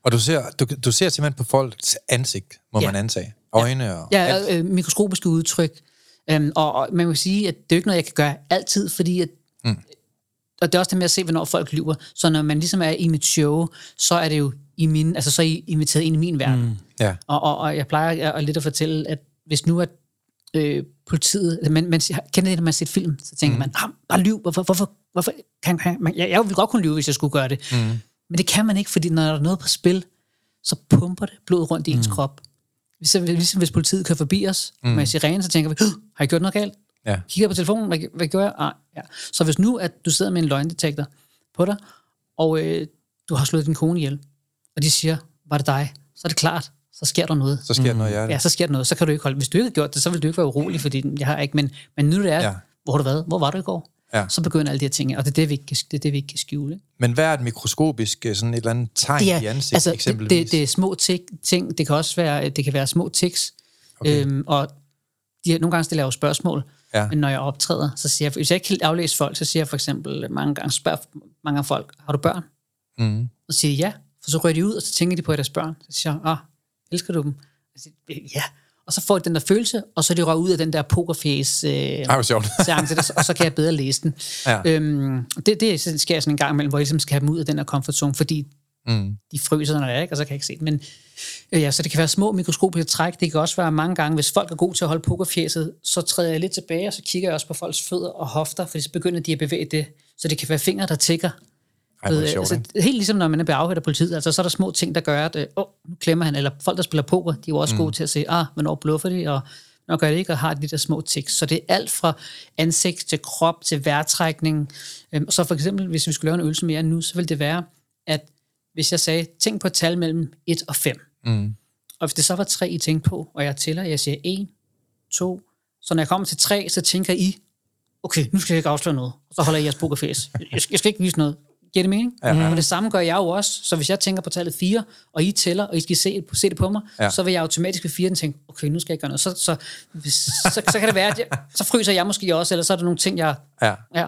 Og du ser, du, du ser simpelthen på folks ansigt, må ja. man antage. Øjne ja. og... Ja, øh, mikroskopiske udtryk. Øhm, og, og man må sige, at det er ikke noget, jeg kan gøre altid, fordi at, mm. og det er også det med at se, hvornår folk lyver. Så når man ligesom er i mit show, så er det jo i min, altså så er I inviteret ind i min verden. Mm. Ja. Og, og, og jeg plejer at, at lidt at fortælle, at hvis nu at øh, politiet, man, man kender det, når man ser et film, så tænker mm. man, ah, bare lyv, hvorfor, hvorfor, hvorfor kan, kan man, jeg, jeg ville godt kunne lyve, hvis jeg skulle gøre det. Mm. Men det kan man ikke, fordi når der er noget på spil, så pumper det blod rundt i ens mm. krop. Hvis, ligesom hvis politiet kører forbi os mm. med sirene, så tænker vi, har jeg gjort noget galt? Ja. Kigger på telefonen, hvad, hvad gør jeg? Ah, ja. Så hvis nu, at du sidder med en løgndetektor på dig, og øh, du har slået din kone ihjel, og de siger, var det dig? Så er det klart, så sker der noget. Så sker der noget, ja. Ja, så sker der noget. Så kan du ikke holde. Hvis du ikke har gjort det, så vil du ikke være urolig, fordi jeg har ikke. Men, men nu det er, ja. hvor har du været? Hvor var du i går? Ja. Så begynder alle de her ting, og det er det, vi ikke, det er det, vi ikke kan skjule. Men hvad er et mikroskopisk sådan et eller andet tegn det er, i ansigt, altså, eksempelvis? Det, det, det er små ting. Det kan også være, det kan være små tics. Okay. Øhm, og de, nogle gange stiller jeg jo spørgsmål, ja. men når jeg optræder, så siger jeg, hvis jeg ikke kan aflæse folk, så siger jeg for eksempel mange gange, spørger mange af folk, har du børn? Mm. Og så siger de ja, for så rører de ud, og så tænker de på deres børn. Så siger jeg, ah, elsker du dem? Jeg siger, ja. Og så får de den der følelse, og så er de rører ud af den der pokerface øh, seance, og så kan jeg bedre læse den. Ja. Øhm, det, det sker sådan en gang imellem, hvor jeg ligesom skal have dem ud af den her comfort zone, fordi mm. de fryser, når det er, ikke? Og så kan jeg ikke se det. Men øh, ja, så det kan være små mikroskopiske træk. Det kan også være mange gange, hvis folk er gode til at holde pokerfjæset, så træder jeg lidt tilbage, og så kigger jeg også på folks fødder og hofter, for så begynder de at bevæge det. Så det kan være fingre, der tikker. Ej, ved, sjovt, altså, helt ligesom når man er afhørt af politiet, altså så er der små ting, der gør, at åh, nu klemmer han, eller folk, der spiller poker, de er jo også mm. gode til at se, ah, hvornår bluffer de, og når gør det ikke, og har de der små tics. Så det er alt fra ansigt til krop til vejrtrækning. Øhm, så for eksempel, hvis vi skulle lave en øvelse mere nu, så ville det være, at hvis jeg sagde, tænk på et tal mellem et og fem. Mm. Og hvis det så var tre, I tænkte på, og jeg tæller, jeg siger en, to, så når jeg kommer til tre, så tænker I, okay, nu skal jeg ikke afsløre noget. Og så holder jeg jeres pokerface. Jeg skal, jeg skal ikke vise noget. Giver det mening? Ja, ja. Og det samme gør jeg jo også. Så hvis jeg tænker på tallet fire, og I tæller, og I skal se, se det på mig, ja. så vil jeg automatisk ved fire tænke, okay, nu skal jeg gøre noget. Så, så, hvis, så, så kan det være, at jeg, så fryser jeg måske også, eller så er der nogle ting, jeg... Ja. ja.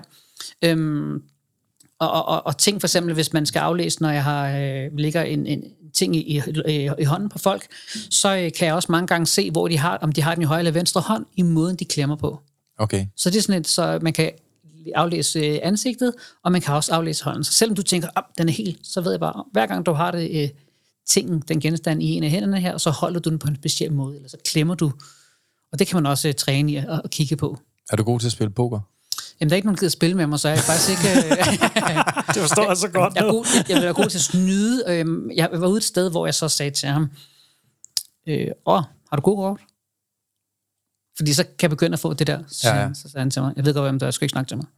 Øhm, og, og, og ting for eksempel, hvis man skal aflæse, når jeg har øh, ligger en, en ting i, i, i hånden på folk, så øh, kan jeg også mange gange se, hvor de har, om de har den i højre eller venstre hånd, i måden, de klemmer på. Okay. Så det er sådan et, så man kan aflæse ansigtet, og man kan også aflæse hånden. Så selvom du tænker, at den er helt, så ved jeg bare, hver gang du har det øh, tingen, den genstand i en af hænderne her, så holder du den på en speciel måde, eller så klemmer du. Og det kan man også øh, træne i at, at kigge på. Er du god til at spille poker? Jamen, der er ikke nogen, der gider spille med mig, så jeg er faktisk ikke... Øh, det forstår jeg så godt. Jeg er god, jeg, jeg er god til at snyde. Øh, jeg var ude et sted, hvor jeg så sagde til ham, øh, åh, har du god kort? Fordi så kan jeg begynde at få det der. Så, ja, ja. Så sagde han til mig, jeg ved godt, hvem der er, jeg skal ikke snakke til mig.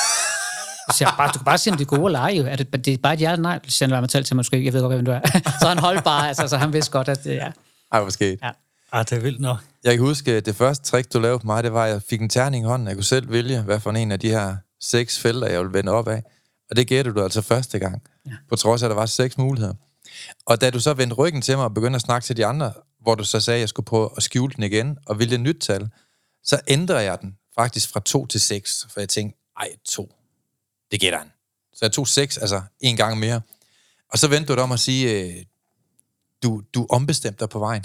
Så siger jeg, bare, du kan bare sige, om det er gode eller ej. Jo. Er det, det er bare et ja eller nej. Så siger han, mig til mig, jeg ved godt, hvem du er. Så han holdt bare, altså, så han vidste godt, at det ja. Ej, hvor sket. Ja. Ej, det er vildt nok. Jeg kan huske, at det første trick, du lavede på mig, det var, at jeg fik en terning i hånden. Jeg kunne selv vælge, hvad for en af de her seks felter, jeg ville vende op af. Og det gættede du altså første gang. Ja. På trods af, at der var seks muligheder. Og da du så vendte ryggen til mig og begyndte at snakke til de andre, hvor du så sagde, at jeg skulle prøve at skjule den igen og vælge et nyt tal, så ændrer jeg den faktisk fra to til seks. For jeg tænkte, ej, to. Det gætter han. Så jeg tog seks, altså en gang mere. Og så vendte du dig om at sige, øh, du, du ombestemte dig på vejen.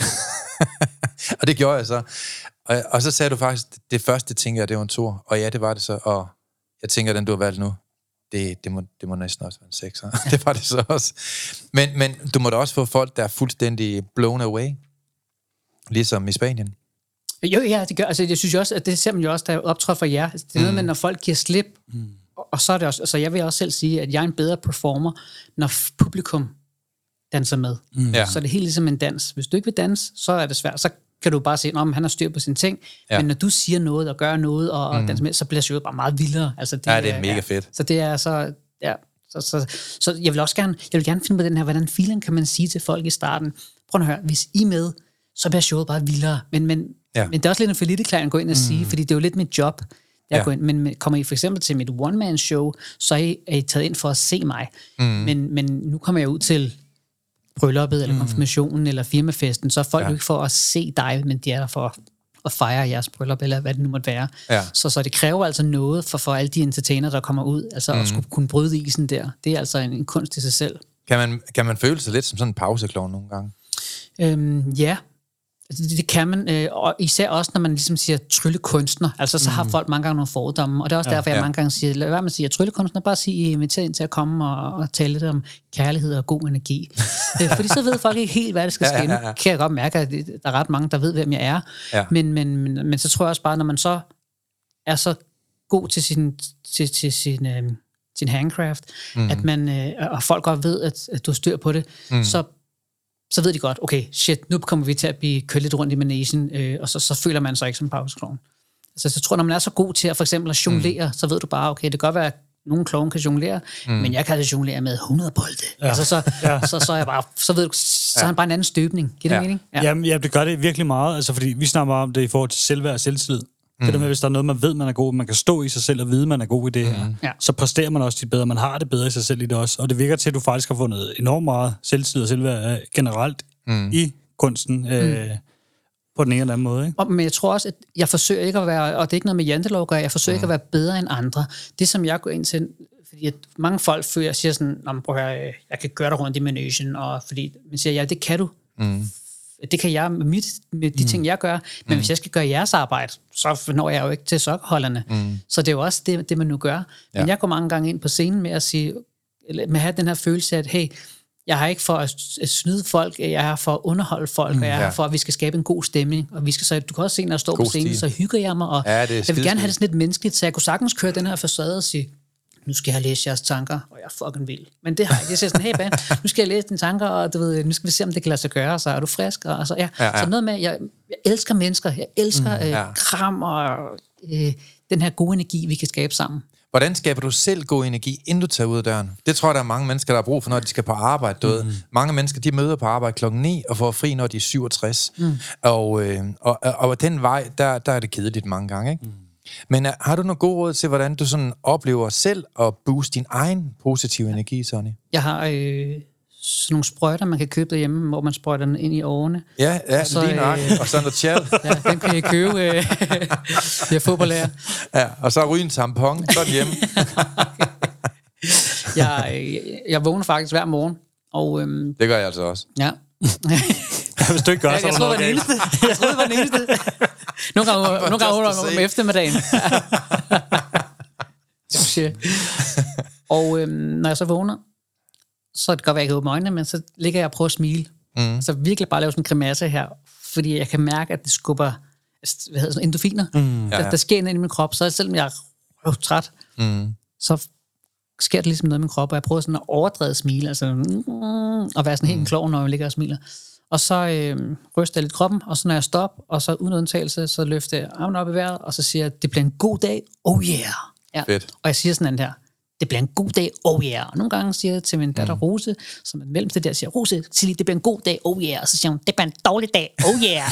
Og det gjorde jeg så. Og, og så sagde du faktisk, det første tænker jeg, det var en toer. Og ja, det var det så. Og jeg tænker, den du har valgt nu, det, det, må, det må næsten også være en sekser. Det var det så også. Men, men du må da også få folk, der er fuldstændig blown away. Ligesom i Spanien. Jo, ja, det gør. Altså, jeg synes jo også, at det ser man jo også, der optræder for jer. Det er noget med, når folk giver slip. Mm. Og så er det også, altså jeg vil også selv sige, at jeg er en bedre performer, når publikum danser med. Mm. Ja. Så er det helt ligesom en dans. Hvis du ikke vil danse, så er det svært. Så kan du bare se, at han har styr på sine ting. Ja. Men når du siger noget og gør noget og mm. danser med, så bliver showet bare meget vildere. Altså, det ja, det er mega fedt. Ja, så det er så... Ja, så, så, så jeg vil også gerne, jeg vil gerne finde på den her, hvordan feeling kan man sige til folk i starten. Prøv at høre, hvis I er med, så bliver showet bare vildere. Men, men, ja. men det er også lidt en forlitterklæring at gå ind og sige, mm. fordi det er jo lidt mit job. Jeg ja. ind, men kommer I for eksempel til mit one-man-show, så er I, er I taget ind for at se mig. Mm. Men, men nu kommer jeg ud til brylluppet, eller konfirmationen, mm. eller firmafesten, så er folk ja. jo ikke for at se dig, men de er der for at fejre jeres bryllup, eller hvad det nu måtte være. Ja. Så, så det kræver altså noget for, for alle de entertainer, der kommer ud, altså mm. at skulle kunne bryde isen der. Det er altså en, en kunst i sig selv. Kan man, kan man føle sig lidt som sådan en pauseklovn nogle gange? Øhm, ja, det, det kan man, øh, og især også, når man ligesom siger tryllekunstner, altså så har folk mange gange nogle fordomme, og det er også ja, derfor, jeg ja. mange gange siger, lad være med at sige, at tryllekunstner, bare sige, I inviterer ind til at komme og, og tale lidt om kærlighed og god energi. øh, fordi så ved folk ikke helt, hvad det skal ske. Ja, ja, ja. Nu kan jeg godt mærke, at der er ret mange, der ved, hvem jeg er, ja. men, men, men, men så tror jeg også bare, når man så er så god til sin, til, til sin, øh, sin handcraft, mm. at man, øh, og folk godt ved, at, at du har styr på det, mm. så så ved de godt, okay, shit, nu kommer vi til at blive kørt lidt rundt i managen, øh, og så, så føler man sig ikke som pauseklovn. Altså, så tror jeg, når man er så god til at for eksempel at jonglere, mm. så ved du bare, okay, det kan godt være, at nogle klovn kan jonglere, mm. men jeg kan altså jonglere med hundrede bolde. Ja. Altså, så, ja. så, så, er jeg bare, så ved du, så er han bare en anden støbning. Giver det ja. mening? Ja. Jamen, ja, det gør det virkelig meget, altså, fordi vi snakker meget om det i forhold til selvværd og selvtillid. Mm. Det der med, hvis der er noget, man ved, man er god, man kan stå i sig selv og vide, man er god i det her, mm. ja. så præsterer man også tit bedre, man har det bedre i sig selv i det også, og det virker til, at du faktisk har fundet enormt meget selvtillid og selvværd generelt mm. i kunsten, øh, mm. på den ene eller anden måde. Ikke? Og, men jeg tror også, at jeg forsøger ikke at være, og det er ikke noget med jantelov, jeg forsøger mm. ikke at være bedre end andre. Det, som jeg går ind til, fordi at mange folk føler, jeg siger sådan, prøv at høre, jeg kan gøre dig rundt i managen, og fordi man siger, ja, det kan du. Mm. Det kan jeg med, mit, med de mm. ting, jeg gør, men mm. hvis jeg skal gøre jeres arbejde, så når jeg jo ikke til sokkerholderne. Mm. Så det er jo også det, det man nu gør. Ja. Men jeg går mange gange ind på scenen med at sige, med at have den her følelse af, at hey, jeg har ikke for at snyde folk, jeg er her for at underholde folk, mm, og jeg er her ja. for, at vi skal skabe en god stemning. Og vi skal så, du kan også se, når jeg står god på scenen, stil. Så hygger jeg mig, og ja, jeg vil gerne have det sådan lidt menneskeligt, så jeg kunne sagtens køre den her facade og sige, nu skal jeg læse jeres tanker, og jeg er fucking vild. Men det har jeg ikke. Jeg siger sådan, hey Ben, nu skal jeg læse dine tanker, og du ved, nu skal vi se, om det kan lade sig gøre, så er du frisk. Og så, ja. Ja, ja. Så noget med, jeg, jeg elsker mennesker, jeg elsker mm, ja. øh, kram og øh, den her gode energi, vi kan skabe sammen. Hvordan skaber du selv god energi, inden du tager ud af døren? Det tror jeg, der er mange mennesker, der har brug for, når de skal på arbejde. Mm. Mange mennesker, de møder på arbejde klokken ni og får fri, når de er syvogtres. Mm. Og, øh, og, og, og den vej, der, der er det kedeligt mange gange, ikke? Mm. Men uh, har du nogle gode råd til, hvordan du sådan oplever selv at booste din egen positive ja. energi, Sonny? Jeg har øh, sådan nogle sprøjter, man kan købe derhjemme, hvor man sprøjter den ind i årene. Ja, ja så, lige nok. Øh, og så noget tjal. Ja, den kan I købe. Øh, jeg er fodboldlærer. Ja, og så ryge en tampon, så er den hjemme. jeg, jeg, jeg vågner faktisk hver morgen. Og, øhm, det gør jeg altså også. Ja. Hvis du ikke gør, så jeg, jeg, troede, jeg troede, det var den eneste. Nogle gange, nogle gange om eftermiddagen. Og øhm, når jeg så vågner, så det kan godt være, at jeg kan åbne øjnene, men så ligger jeg og prøver at smile. Mm. Så virkelig bare lave sådan en grimasse her, fordi jeg kan mærke, at det skubber hvad hedder det, endorfiner. Mm. Der, der sker noget i min krop, så selvom jeg er træt, mm. så sker det ligesom noget i min krop, og jeg prøver sådan at overdrevet smile, altså mm, og være sådan helt en klovn, når jeg ligger og smiler. Og så øh, ryster jeg lidt kroppen, og så når jeg stopper, og så uden undtagelse, så løfter jeg armen op i vejret, og så siger jeg, det bliver en god dag, oh yeah. Ja. Fedt. Og jeg siger sådan her, det bliver en god dag, oh yeah. Og nogle gange siger jeg til min datter mm. Rose, som er mellemste der, siger, Rose, sig lige, det bliver en god dag, oh yeah. Og så siger hun, det bliver en dårlig dag, oh yeah.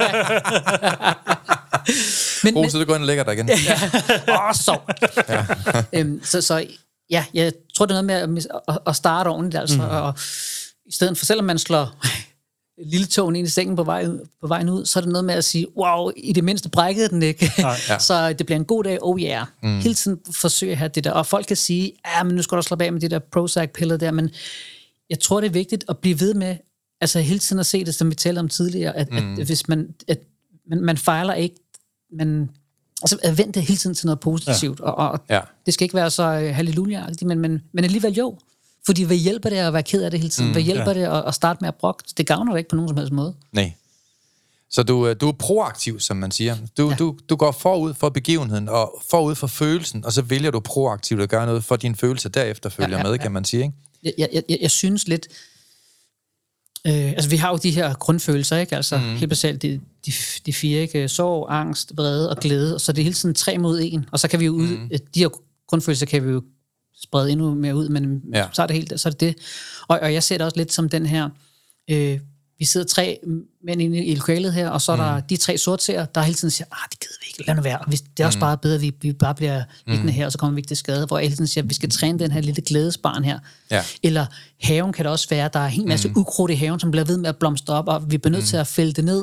men, Rose, men, du går ind og lægger dig igen. Ja. Åh, oh, så. Ja. øhm, så. Så ja, jeg tror, det er noget med at, at starte ordentligt, altså, mm. og i stedet for, selvom man slår lille tåen ind i sengen på, vej, på vejen ud, så er det noget med at sige, wow, i det mindste brækkede den ikke. Ja. Så det bliver en god dag, oh yeah. Mm. Hele tiden forsøger jeg at have det der. Og folk kan sige, ja, men nu skal du slappe af med de der Prozac-piller der, men jeg tror, det er vigtigt at blive ved med, altså hele tiden at se det, som vi talte om tidligere, at, mm. at hvis man, at man, man fejler ikke, man, altså at vente hele tiden til noget positivt, ja. og, og ja. det skal ikke være så uh, halleluja-agtigt, men, men, men alligevel jo. Fordi hvad hjælper det at være ked af det hele tiden? Mm, hvad hjælper ja. det at starte med at brokke? Det gavner dig ikke på nogen som helst måde. Nej. Så du, du er proaktiv, som man siger. Du, ja. du, du går forud for begivenheden, og forud for følelsen, og så vælger du proaktivt at gøre noget, for din følelse derefter følger ja, ja, med, ja. kan man sige, ikke? Jeg, jeg, jeg, jeg synes lidt... Øh, altså, vi har jo de her grundfølelser, ikke? Altså, mm. helt basalt, de, de, de fire, ikke? Sorg, angst, vrede og glæde, og så er det hele tiden tre mod en. Og så kan vi jo ud... Mm. De her grundfølelser kan vi jo sprede endnu mere ud, men ja. så er det helt, så er det det. Og, og jeg ser det også lidt som den her, øh, vi sidder tre mænd inde i lokalet her, og så er mm. der de tre sortseere, der hele tiden siger, ah, det gider vi ikke, lad nu være. Det er også mm. bare bedre, at vi, vi bare bliver liggende her, og så kommer vi ikke til skade. Hvor jeg hele tiden siger, at vi skal træne den her lille glædesbarn her. Ja. Eller haven kan det også være, der er en hel masse mm. ukrudt i haven, som bliver ved med at blomstre op, og vi bliver nødt mm. til at fælde det ned,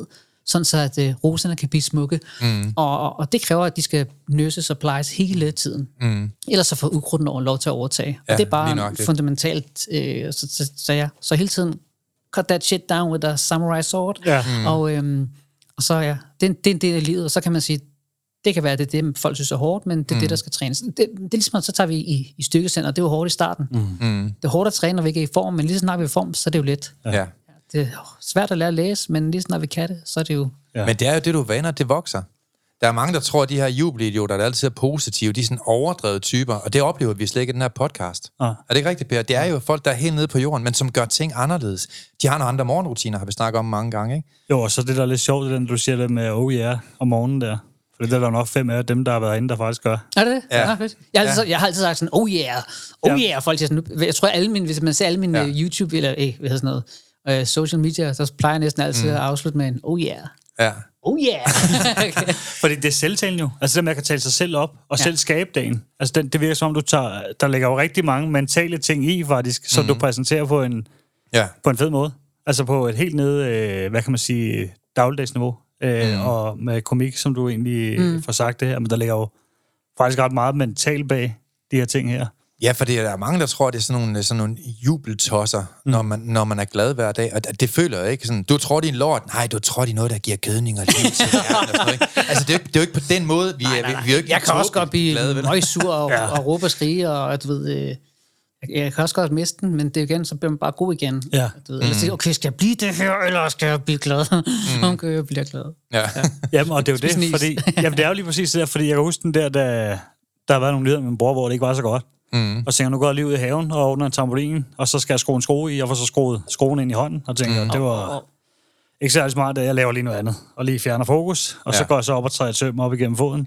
sådan så at øh, roserne kan blive smukke. Mm. Og, og, og det kræver, at de skal nurses og plejes hele tiden. Mm. Ellers så får ukrudten over lov til at overtage. Ja, og det er bare nok, det. fundamentalt. Øh, så, så, så, ja, så hele tiden, cut that shit down with a samurai sword. Ja. Mm. Og, øhm, og så ja, det er, en, det er en del af livet, og så kan man sige, det kan være, det er det, folk synes er hårdt, men det er mm. det, der skal trænes. Det, det er ligesom, så tager vi i, i styrkecenter, og det er jo hårdt i starten. Mm. Det er hårdt at træne, når vi ikke er i form, men lige så snart vi er i form, så er det jo let. Ja. Det er svært at lære at læse, men lige så snart vi kan det, så er det jo... Ja. Men det er jo det, du vaner, det vokser. Der er mange, der tror, at de her jubelidioter, der altid er positive, de er sådan overdrevet typer, og det oplever vi slet ikke i den her podcast. Ah. Er det ikke rigtigt, Per? Det er jo folk, der er helt nede på jorden, men som gør ting anderledes. De har nogle andre morgenrutiner, har vi snakket om mange gange, ikke? Jo, og så det der er lidt sjovt, det du siger det med oh yeah om morgenen der. For det er der nok fem af dem, der har været inde, der faktisk gør. Er det? Ja. Ja, fedt. Jeg har, altid, jeg har altid sagt sådan, oh yeah, oh yeah, folk siger sådan, jeg tror, alle mine, hvis man ser alle mine ja. YouTube, eller eh, hvad hedder sådan noget, uh, social media, så plejer jeg næsten altid mm. at afslutte med en, oh yeah. Ja. Oh yeah. Okay. Fordi det er selvtalen jo. Altså det, man kan tale sig selv op og ja. selv skabe dagen. Altså den, det virker som om, du tager, der ligger jo rigtig mange mentale ting i, faktisk, som mm. du præsenterer på en, ja. på en fed måde. Altså på et helt nede, øh, hvad kan man sige, dagligdagsniveau. Øh, mm. Og med komik, som du egentlig mm. får sagt det her. Men der ligger jo faktisk ret meget mentalt bag de her ting her. Ja, for der er mange, der tror, det er sådan nogle, sådan nogle jubeltosser, mm. når, man, når man er glad hver dag. Og det føler jeg ikke sådan, du tror, det er en lort. Nej, du tror, det er noget, der giver gødning og liv til verden. Og sådan noget, ikke? Altså, det er, jo ikke, det er jo ikke på den måde, vi, nej, nej, nej. vi, vi er jo ikke... Jeg kan også godt blive glade, møgsur og, ja. og råbe og skrige, og du ved... Øh, jeg kan også godt miste den, men det er igen, så bliver man bare god igen. Ja. Du ved, eller siger, okay, skal jeg blive det her, eller skal jeg blive glad? Mm. Okay, jeg bliver glad. Ja. Ja. Jamen, og det er jo det, fordi... Jamen, det er jo lige præcis det der, fordi jeg kan huske den der, der, der har været nogle nyheder med min bror, hvor det ikke var så godt. Mm. Og så tænker jeg, nu går jeg lige ud i haven og åbner en trampolin, og så skal jeg skrue en skrue i, og får så skruet skruen ind i hånden, og tænker, mm. det var ikke særlig smart, at jeg laver lige noget andet, og lige fjerner fokus, og ja. så går jeg så op og træder et søm op igennem foden,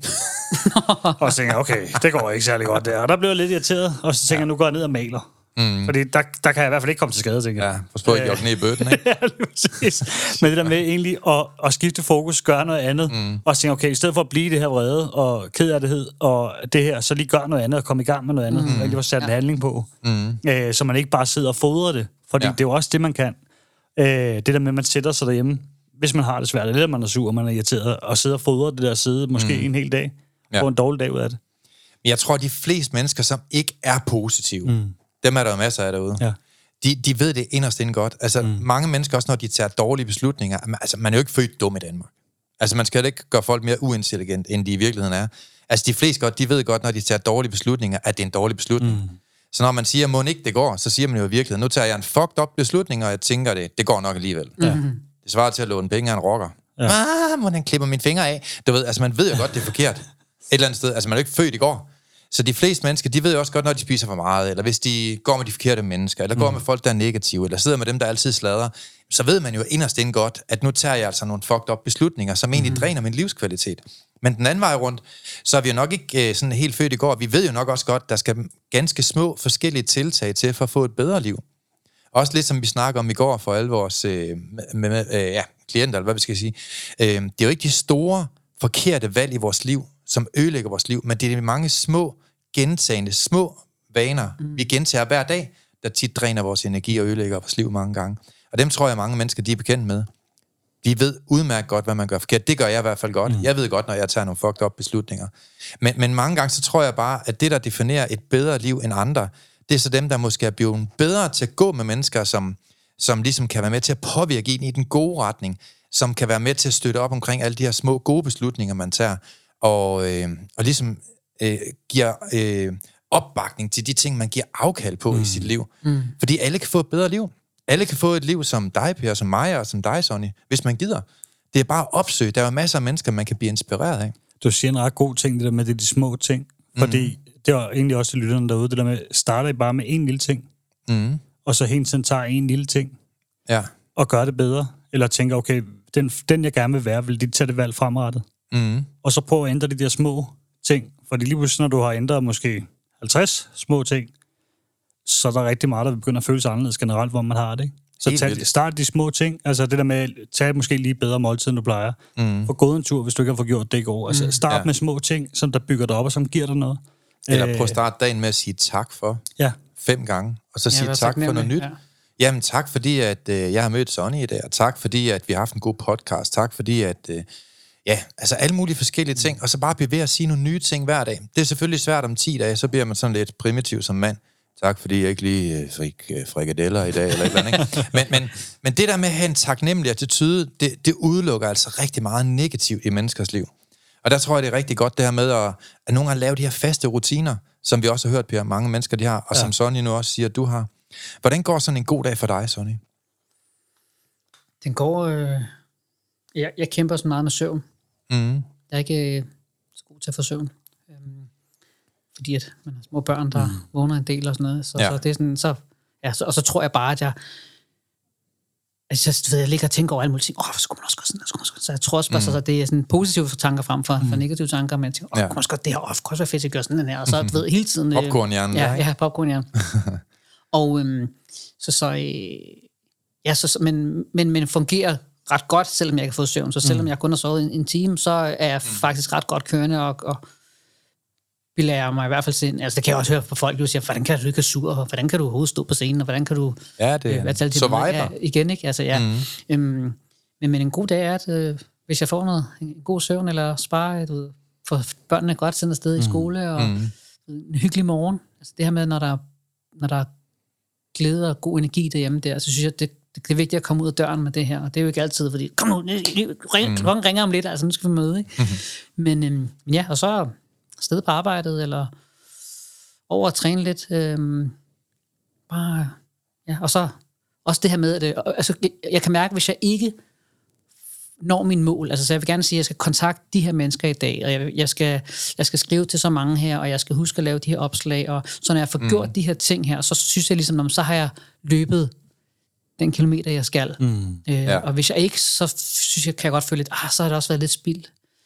og så tænker jeg, okay, det går ikke særlig godt der, og der blev jeg lidt irriteret, og så tænker ja. jeg, nu går jeg ned og maler. Mm. Fordi der, der kan jeg i hvert fald ikke komme til skade, tænker jeg. Ja, forstår ikke, jeg ned i bøtten, ikke? Ja, lige præcis. Men det der med egentlig at, at skifte fokus, gøre noget andet, mm. og tænke, okay, i stedet for at blive det her vrede, og kederlighed, og det her, så lige gøre noget andet, og komme i gang med noget andet, mm. og lige få sat ja. en handling på. Mm. Øh, så man ikke bare sidder og fodrer det. Fordi ja. det er jo også det, man kan. Øh, det der med, at man sætter sig derhjemme, hvis man har det svært, eller man er sur, og man er irriteret, og sidder og fodrer det der side, måske mm. en hel dag, ja. få en dårlig dag ud af det. Men jeg tror, at de fleste mennesker, som ikke er positive, mm. dem er der jo masser af derude. Ja. De, de ved det inderst inden godt. Altså, mm. mange mennesker, også når de tager dårlige beslutninger, altså, man er jo ikke født dum i Danmark. Altså, man skal ikke gøre folk mere uintelligent, end de i virkeligheden er. Altså, de fleste godt, de ved godt, når de tager dårlige beslutninger, at det er en dårlig beslutning. Mm. Så når man siger, må ikke det går, så siger man jo i virkeligheden, nu tager jeg en fucked up beslutning, og jeg tænker det, det går nok alligevel. Ja. Det svarer til at låne penge af en rocker. Ja. Ah, må den klipper mine fingre af. Du ved, altså, man ved jo godt, det er forkert. Et eller andet sted. Altså, man er jo ikke født i går. Så de fleste mennesker, de ved jo også godt, når de spiser for meget, eller hvis de går med de forkerte mennesker, eller går mm. med folk, der er negative, eller sidder med dem, der altid sladrer, så ved man jo inderst inden godt, at nu tager jeg altså nogle fucked up beslutninger, som egentlig mm. dræner min livskvalitet. Men den anden vej rundt, så er vi jo nok ikke øh, sådan helt født i går. Vi ved jo nok også godt, der skal ganske små forskellige tiltag til for at få et bedre liv. Også lidt som vi snakker om i går for alle vores øh, med, med, øh, ja, klienter, eller hvad vi skal sige. Øh, det er jo ikke de store, forkerte valg i vores liv, som ødelægger vores liv, men det er de mange små, gentagende, små vaner, mm. vi gentager hver dag, der tit dræner vores energi og ødelægger vores liv mange gange. Og dem tror jeg, mange mennesker, de er bekendt med. De ved udmærket godt, hvad man gør forkert. Det gør jeg i hvert fald godt. Mm. Jeg ved godt, når jeg tager nogle fucked up beslutninger. Men, men mange gange, så tror jeg bare, at det, der definerer et bedre liv end andre, det er så dem, der måske er blevet bedre til at gå med mennesker, som, som ligesom kan være med til at påvirke en i den gode retning, som kan være med til at støtte op omkring alle de her små, gode beslutninger, man tager, og, øh, og ligesom øh, giver øh, opbakning til de ting, man giver afkald på mm. i sit liv. Mm. Fordi alle kan få et bedre liv. Alle kan få et liv som dig, Per, som mig og som dig, Sonny, hvis man gider. Det er bare at opsøge. Der er jo masser af mennesker, man kan blive inspireret af. Du siger en ret god ting, det der med det, de små ting. Fordi mm. det var egentlig også til lytterne derude, det der med, starter I bare med en lille ting, mm. og så hele tiden tager en lille ting, ja. og gør det bedre. Eller tænker, okay, den, den jeg gerne vil være, vil de tage det valg fremrettet. Mm. Og så prøv at ændre de der små ting. Fordi lige pludselig, når du har ændret måske halvtreds små ting, så er der rigtig meget, der begynder at føles anderledes generelt, hvor man har det, ikke? Så tag, start de små ting. Altså det der med at tage måske lige bedre måltid, end du plejer. Mm. Få gået en tur, hvis du ikke har fået gjort det i går. Altså start ja. med små ting, som der bygger dig op, og som giver dig noget. Eller prøv at starte dagen med at sige tak for. Ja. Fem gange. Og så sige ja, tak for noget nyt. Ja. Jamen tak, fordi at, øh, jeg har mødt Sonny i dag, og tak fordi at vi har haft en god podcast. Tak fordi at, øh, ja, altså alle mulige forskellige ting, og så bare blive ved at sige nogle nye ting hver dag. Det er selvfølgelig svært om ti dage, så bliver man sådan lidt primitiv som mand. Tak fordi jeg ikke lige øh, fik øh, frikadeller i dag, eller et eller andet, ikke? Men, men, men det der med at have en taknemmelig attitude, det, det udelukker altså rigtig meget negativt i menneskers liv. Og der tror jeg, det er rigtig godt det her med at, at nogle gange lave de her faste rutiner, som vi også har hørt, Per, mange mennesker de har, og ja. som Sonny nu også siger, at du har. Hvordan går sådan en god dag for dig, Sonny? Den går... Øh... Jeg, jeg kæmper så meget med søvn. Mm. Jeg er ikke øh, så god til at få søvn. Øhm, fordi at man har små børn, der mm. vågner en del og sådan noget. Så, ja. så det er sådan... Så, ja, så, og så tror jeg bare, at jeg... Altså, jeg, ved, jeg ligger og tænker over alle mulige ting. Åh, så skulle man også gøre sådan, så, så jeg tror også bare, mm. så, det er sådan positive tanker frem for, mm. for negative tanker, men jeg tænker, åh, ja. kunne man også gøre det her, åh, kunne også være fedt at gøre sådan den her, og så mm. ved hele tiden... Øh, popcornhjernen. Ja, ja, popcornhjernen. og øhm, så så... Øh, ja, så, men, men, men fungerer ret godt, selvom jeg ikke har fået søvn. Så selvom mm. jeg kun har sovet en, en time, så er jeg mm. faktisk ret godt kørende, og, og belærer mig i hvert fald sind. Altså, det kan jeg også høre på folk, der siger, hvordan kan du ikke være sur, og hvordan kan du overhovedet stå på scenen, og hvordan kan du... Ja, det er øh, survivor. Ja, igen, ikke? Altså, ja. Mm. Øhm, men, men en god dag er, at øh, hvis jeg får noget, en god søvn, eller sparer, du ved, for børnene godt sendt afsted mm. i skole, og mm. en hyggelig morgen. Altså, det her med, når der, når der er glæde og god energi derhjemme der, så synes jeg, det det er vigtigt at komme ud af døren med det her, og det er jo ikke altid, fordi, kom nu, ring, mm. klokken ringer om lidt, altså nu skal vi møde, ikke? Mm-hmm. Men øhm, ja, og så sted på arbejdet, eller over at træne lidt, øhm, bare, ja, og så også det her med, at det, altså, jeg, jeg kan mærke, hvis jeg ikke når min mål, altså så jeg vil gerne sige, at jeg skal kontakte de her mennesker i dag, og jeg, jeg, skal, jeg skal skrive til så mange her, og jeg skal huske at lave de her opslag, og så når jeg får mm. gjort de her ting her, så synes jeg ligesom, så har jeg løbet den kilometer, jeg skal. Mm, øh, ja. Og hvis jeg ikke, så synes jeg, kan jeg godt føle lidt, ah, så har det også været lidt spild.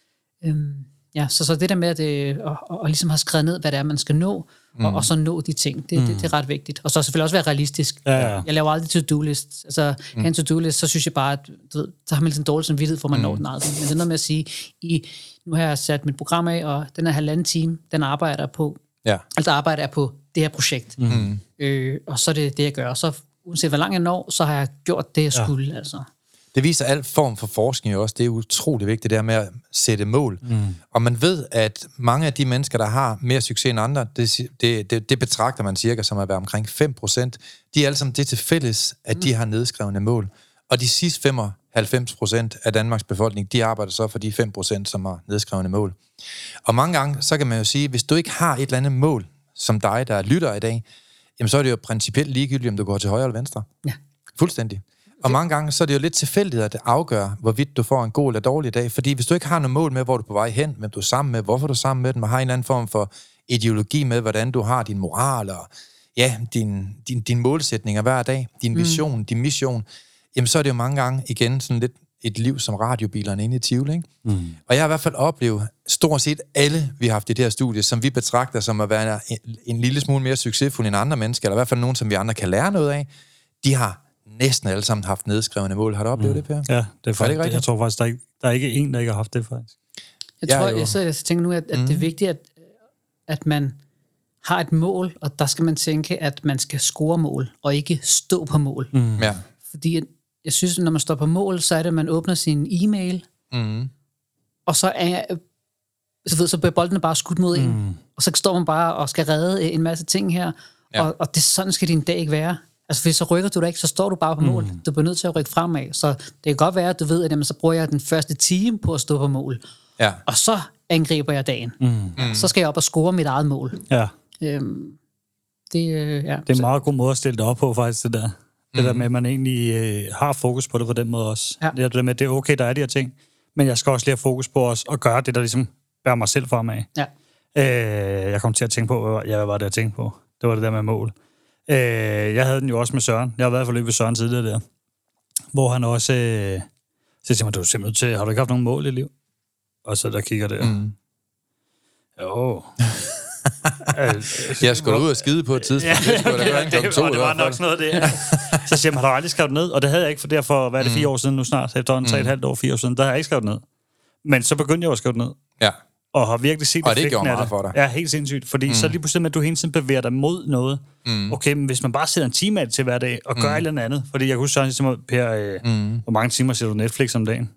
Øhm, ja, så, så det der med at, øh, og, og ligesom have skrevet ned, hvad det er, man skal nå, mm. og, og så nå de ting, det, mm. det, det er ret vigtigt. Og så selvfølgelig også være realistisk. Ja, ja. Jeg laver aldrig to-do-list. Altså, mm. en to-do-list, så synes jeg bare, at du ved, så har man lidt en dårlig samvittighed, for man mm. når den aldrig. Men det er noget med at sige, i, nu har jeg sat mit program af, og den her halvanden time, den arbejder jeg på. Ja. Altså arbejder jeg på det her projekt. Mm. Øh, og så er det det, jeg gør. Og så uanset hvor langt jeg når, så har jeg gjort det, jeg ja. skulle. Altså. Det viser al form for forskning også. Det er utroligt vigtigt, det her med at sætte mål. Mm. Og man ved, at mange af de mennesker, der har mere succes end andre, det, det, det, det betragter man cirka som at være omkring fem procent. De er alle sammen det til fælles, at mm. de har nedskrevne mål. Og de sidste femoghalvfems procent af Danmarks befolkning, de arbejder så for de fem procent, som har nedskrevne mål. Og mange gange, så kan man jo sige, hvis du ikke har et eller andet mål, som dig, der lytter i dag, jamen så er det jo principielt ligegyldigt, om du går til højre eller venstre. Ja. Fuldstændig. Og mange gange, så er det jo lidt tilfældigt, at det afgør, hvorvidt du får en god eller dårlig dag. Fordi hvis du ikke har noget mål med, hvor du er på vej hen, hvem du er sammen med, hvorfor du er sammen med dem, og har en eller anden form for ideologi med, hvordan du har din moral, og ja, din, din, din målsætninger hver dag, din vision, mm. din mission, jamen så er det jo mange gange igen sådan lidt et liv som radiobilerne inde i Tivoli, ikke? Mm. Og jeg har i hvert fald oplevet stort set alle, vi har haft i det her studie, som vi betragter som at være en, en lille smule mere succesfulde end andre mennesker, eller i hvert fald nogen, som vi andre kan lære noget af, de har næsten alle sammen haft nedskrevne mål. Har du oplevet mm. det, Per? Ja, det er faktisk, er det jeg tror faktisk, der er, ikke, der er ikke en, der ikke har haft det, faktisk. Jeg tror, jeg, jeg sidder og tænker nu, at, at mm. det er vigtigt, at, at man har et mål, og der skal man tænke, at man skal score mål, og ikke stå på mål. Mm. Ja. Fordi jeg synes, når man står på mål, så er det, at man åbner sin e-mail, mm. og så er så, ved, så bliver boldene bare skudt mod mm. en, og så står man bare og skal redde en masse ting her, ja. og, og det sådan skal din dag ikke være. Altså, hvis så rykker du dig ikke, så står du bare på mål. Mm. Du bliver nødt til at rykke fremad. Så det kan godt være, at du ved, at jamen, så bruger jeg den første time på at stå på mål. Ja. Og så angriber jeg dagen. Mm. Så skal jeg op og score mit eget mål. Ja. Øhm, det, øh, ja. det er en meget god måde at stille det op på, faktisk, det der. Det mm. der med, at man egentlig øh, har fokus på det på den måde også. Ja. Det der med, at det er okay, der er de her ting, men jeg skal også lige have fokus på os og gøre det, der ligesom bærer mig selv fremad. Ja. Øh, jeg kom til at tænke på, hvad, ja, hvad var det, jeg tænkte på? Det var det der med mål. Øh, jeg havde den jo også med Søren. Jeg har været i forløb ved Søren tidligere der, hvor han også øh, så siger mig, du er simpelthen til, har du ikke haft nogen mål i liv? Og så der kigger der. Mm. Jo. Jeg skulle ud og skide på et tidspunkt. Ja, det, skulle okay, det, det, to, det var nok sådan noget det. Så siger man, har du aldrig skrevet ned? Og det havde jeg ikke, for derfor, hvad er det, fire år siden nu snart? Efterhånden tre et halvt år, fire år siden, der har jeg ikke skrevet ned. Men så begyndte jeg at skrive ned. Ja. og har virkelig set og det effekten gjorde af meget det. for dig. Ja, helt sindssygt. Fordi mm. så lige pludselig, at du hele tiden bevæger dig mod noget. Mm. Okay, men hvis man bare sætter en time af det til hver dag, og gør mm. et eller andet. Fordi jeg kunne huske sådan, Per, øh, mm. hvor mange timer ser du Netflix om dagen?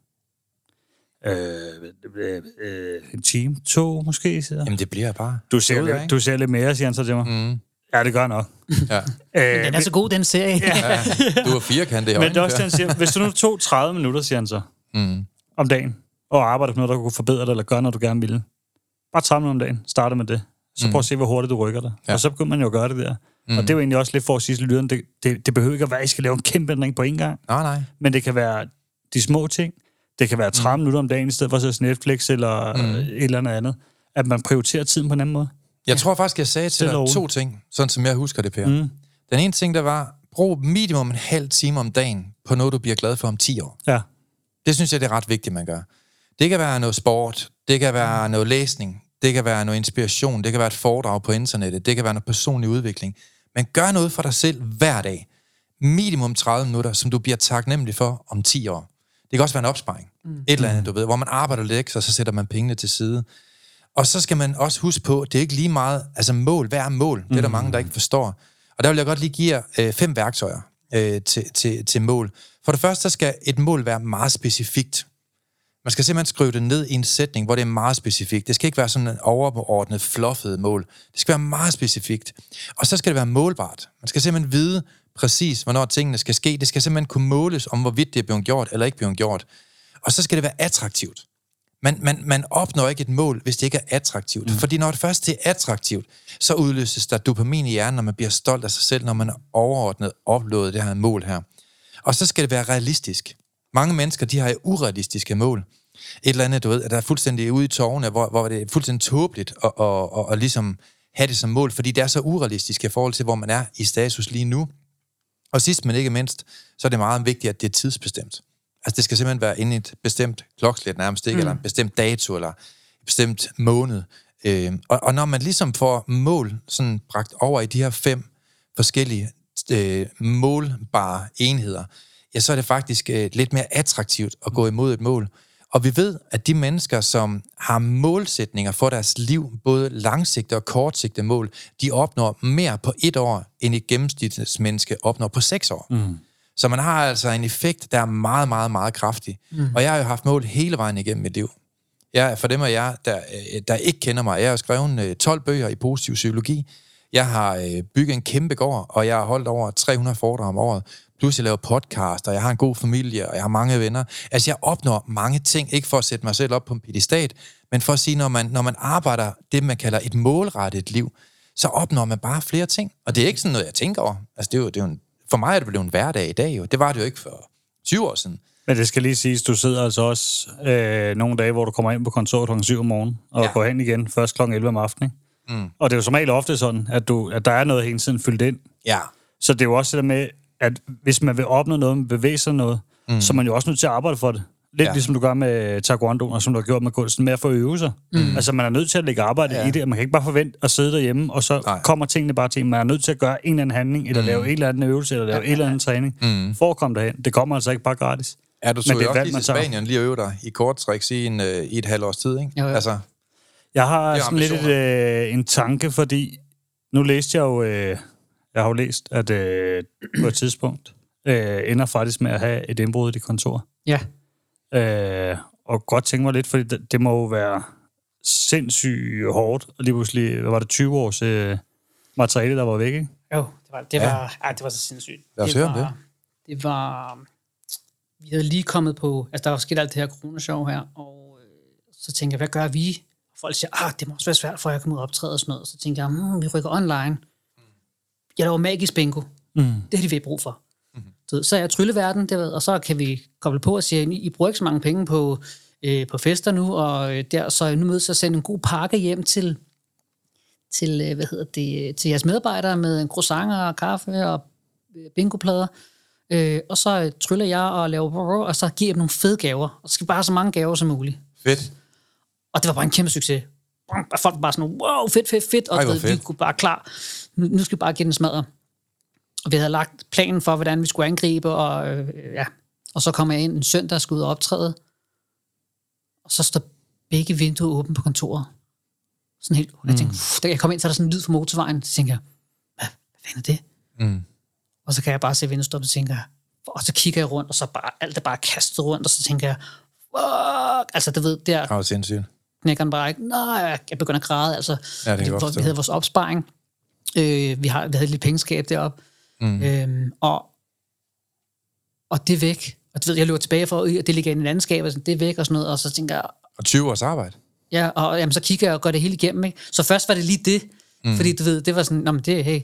Øh, øh, øh, en time, to måske, siger Jamen, det bliver bare. Du ser, ud, lidt, du ser lidt mere, siger han så til mig. Mm. Ja, det gør nok. Ja. øh, den er så god, den serie. Ja, du er firkantet. Men det er også, han siger, hvis du nu tog tredive minutter, siger han så, mm. om dagen, og arbejder på noget, der kunne forbedre dig, eller gøre noget, du gerne ville. Bare tredive minutter om dagen. Starte med det. Så mm. prøv at se, hvor hurtigt du rykker dig. Ja. Og så begynder man jo at gøre det der. Mm. Og det er jo egentlig også lidt for at sige til lytteren, det, det, det behøver ikke at være, at I skal lave en kæmpe ændring på en gang. Nej, nej. Men det kan være de små ting. Det kan være tredive mm. minutter om dagen, i stedet for at se Netflix eller mm. et eller andet andet. At man prioriterer tiden på en anden måde. Jeg ja. tror faktisk, jeg sagde til dig to ting, sådan som jeg husker det, Per. Mm. Den ene ting, der var, brug minimum en halv time om dagen på noget, du bliver glad for om ti år. Ja. Det synes jeg, det er ret vigtigt, man gør. Det kan være noget sport, det kan være noget læsning, det kan være noget inspiration, det kan være et foredrag på internettet, det kan være noget personlig udvikling. Men gør noget for dig selv hver dag. Minimum tredive minutter, som du bliver taknemmelig for om ti år. Det kan også være en opsparing. Mm. Et eller andet, du ved, hvor man arbejder lidt ekstra, så sætter man pengene til side. Og så skal man også huske på, det er ikke lige meget, altså mål, hvad er mål? Det er der mange, der ikke forstår. Og der vil jeg godt lige give jer øh, fem værktøjer øh, til, til, til mål. For det første, så skal et mål være meget specifikt. Man skal simpelthen skrive det ned i en sætning, hvor det er meget specifikt. Det skal ikke være sådan en overordnet, fluffet mål. Det skal være meget specifikt. Og så skal det være målbart. Man skal simpelthen vide præcis, hvornår tingene skal ske. Det skal simpelthen kunne måles om, hvorvidt det er blevet gjort eller ikke blevet gjort. Og så skal det være attraktivt. Man, man, man opnår ikke et mål, hvis det ikke er attraktivt. Mm. Fordi når det først er attraktivt, så udløses der dopamin i hjernen, når man bliver stolt af sig selv, når man er overordnet opnået det her mål her. Og så skal det være realistisk. Mange mennesker, de har urealistiske mål. Et eller andet, du ved, at der er fuldstændig ude i tårne, hvor, hvor det er fuldstændig tåbeligt at, at, at, at ligesom have det som mål, fordi det er så urealistisk i forhold til, hvor man er i status lige nu. Og sidst, men ikke mindst, så er det meget vigtigt, at det er tidsbestemt. Altså, det skal simpelthen være inde i et bestemt klokslæt nærmest, ikke? Mm. Eller en bestemt dato, eller en bestemt måned. Øh, og, og når man ligesom får mål sådan bragt over i de her fem forskellige øh, målbare enheder, ja, så er det faktisk øh, lidt mere attraktivt at gå imod et mål. Og vi ved, at de mennesker, som har målsætninger for deres liv, både langsigtede og kortsigtede mål, de opnår mere på et år, end et gennemsnitsmenneske opnår på seks år. Mm. Så man har altså en effekt, der er meget, meget, meget kraftig. Mm. Og jeg har jo haft mål hele vejen igennem mit liv. Jeg, for dem af jer, der, der ikke kender mig, jeg har skrevet tolv bøger i positiv psykologi. Jeg har bygget en kæmpe gård, og jeg har holdt over tre hundrede foredrag om året. Plus jeg laver podcast, og jeg har en god familie, og jeg har mange venner. Altså jeg opnår mange ting, ikke for at sætte mig selv op på en pedestat, men for at sige, når man, når man arbejder det, man kalder et målrettet liv, så opnår man bare flere ting. Og det er ikke sådan noget, jeg tænker over. Altså det er jo, det er jo en, for mig er det blevet en hverdag i dag, jo. Det var det jo ikke for tyve år siden. Men det skal lige siges, du sidder altså også øh, nogle dage, hvor du kommer ind på kontoret klokken syv om morgenen, og ja. går hen igen først klokken elleve om aftenen. Mm. Og det er jo som regel ofte sådan, at, du, at der er noget hele tiden fyldt ind. Ja. Så det er jo også det der med, at hvis man vil opnå noget, man bevæger sig noget, mm. så er man jo også nødt til at arbejde for det. Lidt ja. ligesom du gør med taekwondo, og som du har gjort med kunsten, med at få øve sig. Mm. Altså man er nødt til at lægge arbejde ja. i det, og man kan ikke bare forvente at sidde derhjemme, og så Nej. kommer tingene bare til. Man er nødt til at gøre en eller anden handling, eller mm. lave en eller anden øvelse, eller lave ja. en eller anden træning, mm. for at komme derhen. Det kommer altså ikke bare gratis. Ja, du tog jo også lige til Spanien lige øve dig i korttricks i, en, øh, i et halvt års tid, ikke? Jo, jo. Altså, jeg har sådan lidt et, øh, en tanke, fordi nu læste jeg jo, øh, jeg har jo læst, at øh, på et tidspunkt øh, ender faktisk med at have et indbrud i det kontor. Ja. Øh, og godt tænke mig lidt, fordi det, det må jo være sindssygt hårdt, og lige pludselig var det tyve års øh, materiale, der var væk, ikke? Jo, det var, det var, ja. ej, det var så sindssygt. Lad os det høre om det. Det var... Vi havde lige kommet på... Altså, der var sket alt det her coronashow her, og øh, så tænkte jeg, hvad gør vi? Folk siger, ah, det må også være svært for, at jeg kan ud og optræde og sådan noget. Så tænkte jeg, hmm, vi rykker online. Jeg laver magisk bingo. Mm. Det har de ved brug for. Mm. Så, så er jeg trylleverden, det ved, og så kan vi koble på og sige, I bruger ikke så mange penge på, øh, på fester nu, og øh, der, så er jeg nu nødt til at sende en god pakke hjem til, til, øh, hvad hedder det, til jeres medarbejdere med en croissant og kaffe og bingoplader. Øh, og så tryller jeg og laver, og så giver jeg dem nogle fede gaver. Og så skal bare så mange gaver som muligt. Fedt. Og det var bare en kæmpe succes. Og folk var bare sådan, wow, fedt, fedt, fedt. Og Ej, det, fedt. vi kunne bare klar. Nu, nu skal vi bare give den smadre. Og vi havde lagt planen for, hvordan vi skulle angribe, og øh, ja. Og så kommer jeg ind en søndag, skal ud og optræde. Og så står begge vinduer åbne på kontoret. Sådan helt, mm. jeg tænkte, da jeg kom ind, så er der sådan en lyd fra motorvejen, så tænker jeg, hvad, hvad fanden er det? Mm. Og så kan jeg bare se vinduet stoppe, og tænker jeg, og så kigger jeg rundt, og så bare, alt er bare kastet rundt, og så tænker jeg, fuck, altså du ved, der oh, sindssygt. knækker den bare ikke, nej, jeg begynder at græde, altså, ja, det vi, vi havde vores opsparing, øh, vi, har, vi havde lidt pengeskab deroppe, mm. øhm, og, og det er væk, og du ved, jeg løber tilbage for, at det ligger i en anden skab, og sådan, det er væk og sådan noget, og så tænker jeg... Og tyve års arbejde. Ja, og jamen, så kigger jeg og går det hele igennem, ikke? Så først var det lige det, mm. fordi du ved, det var sådan, nå, men det er, hey.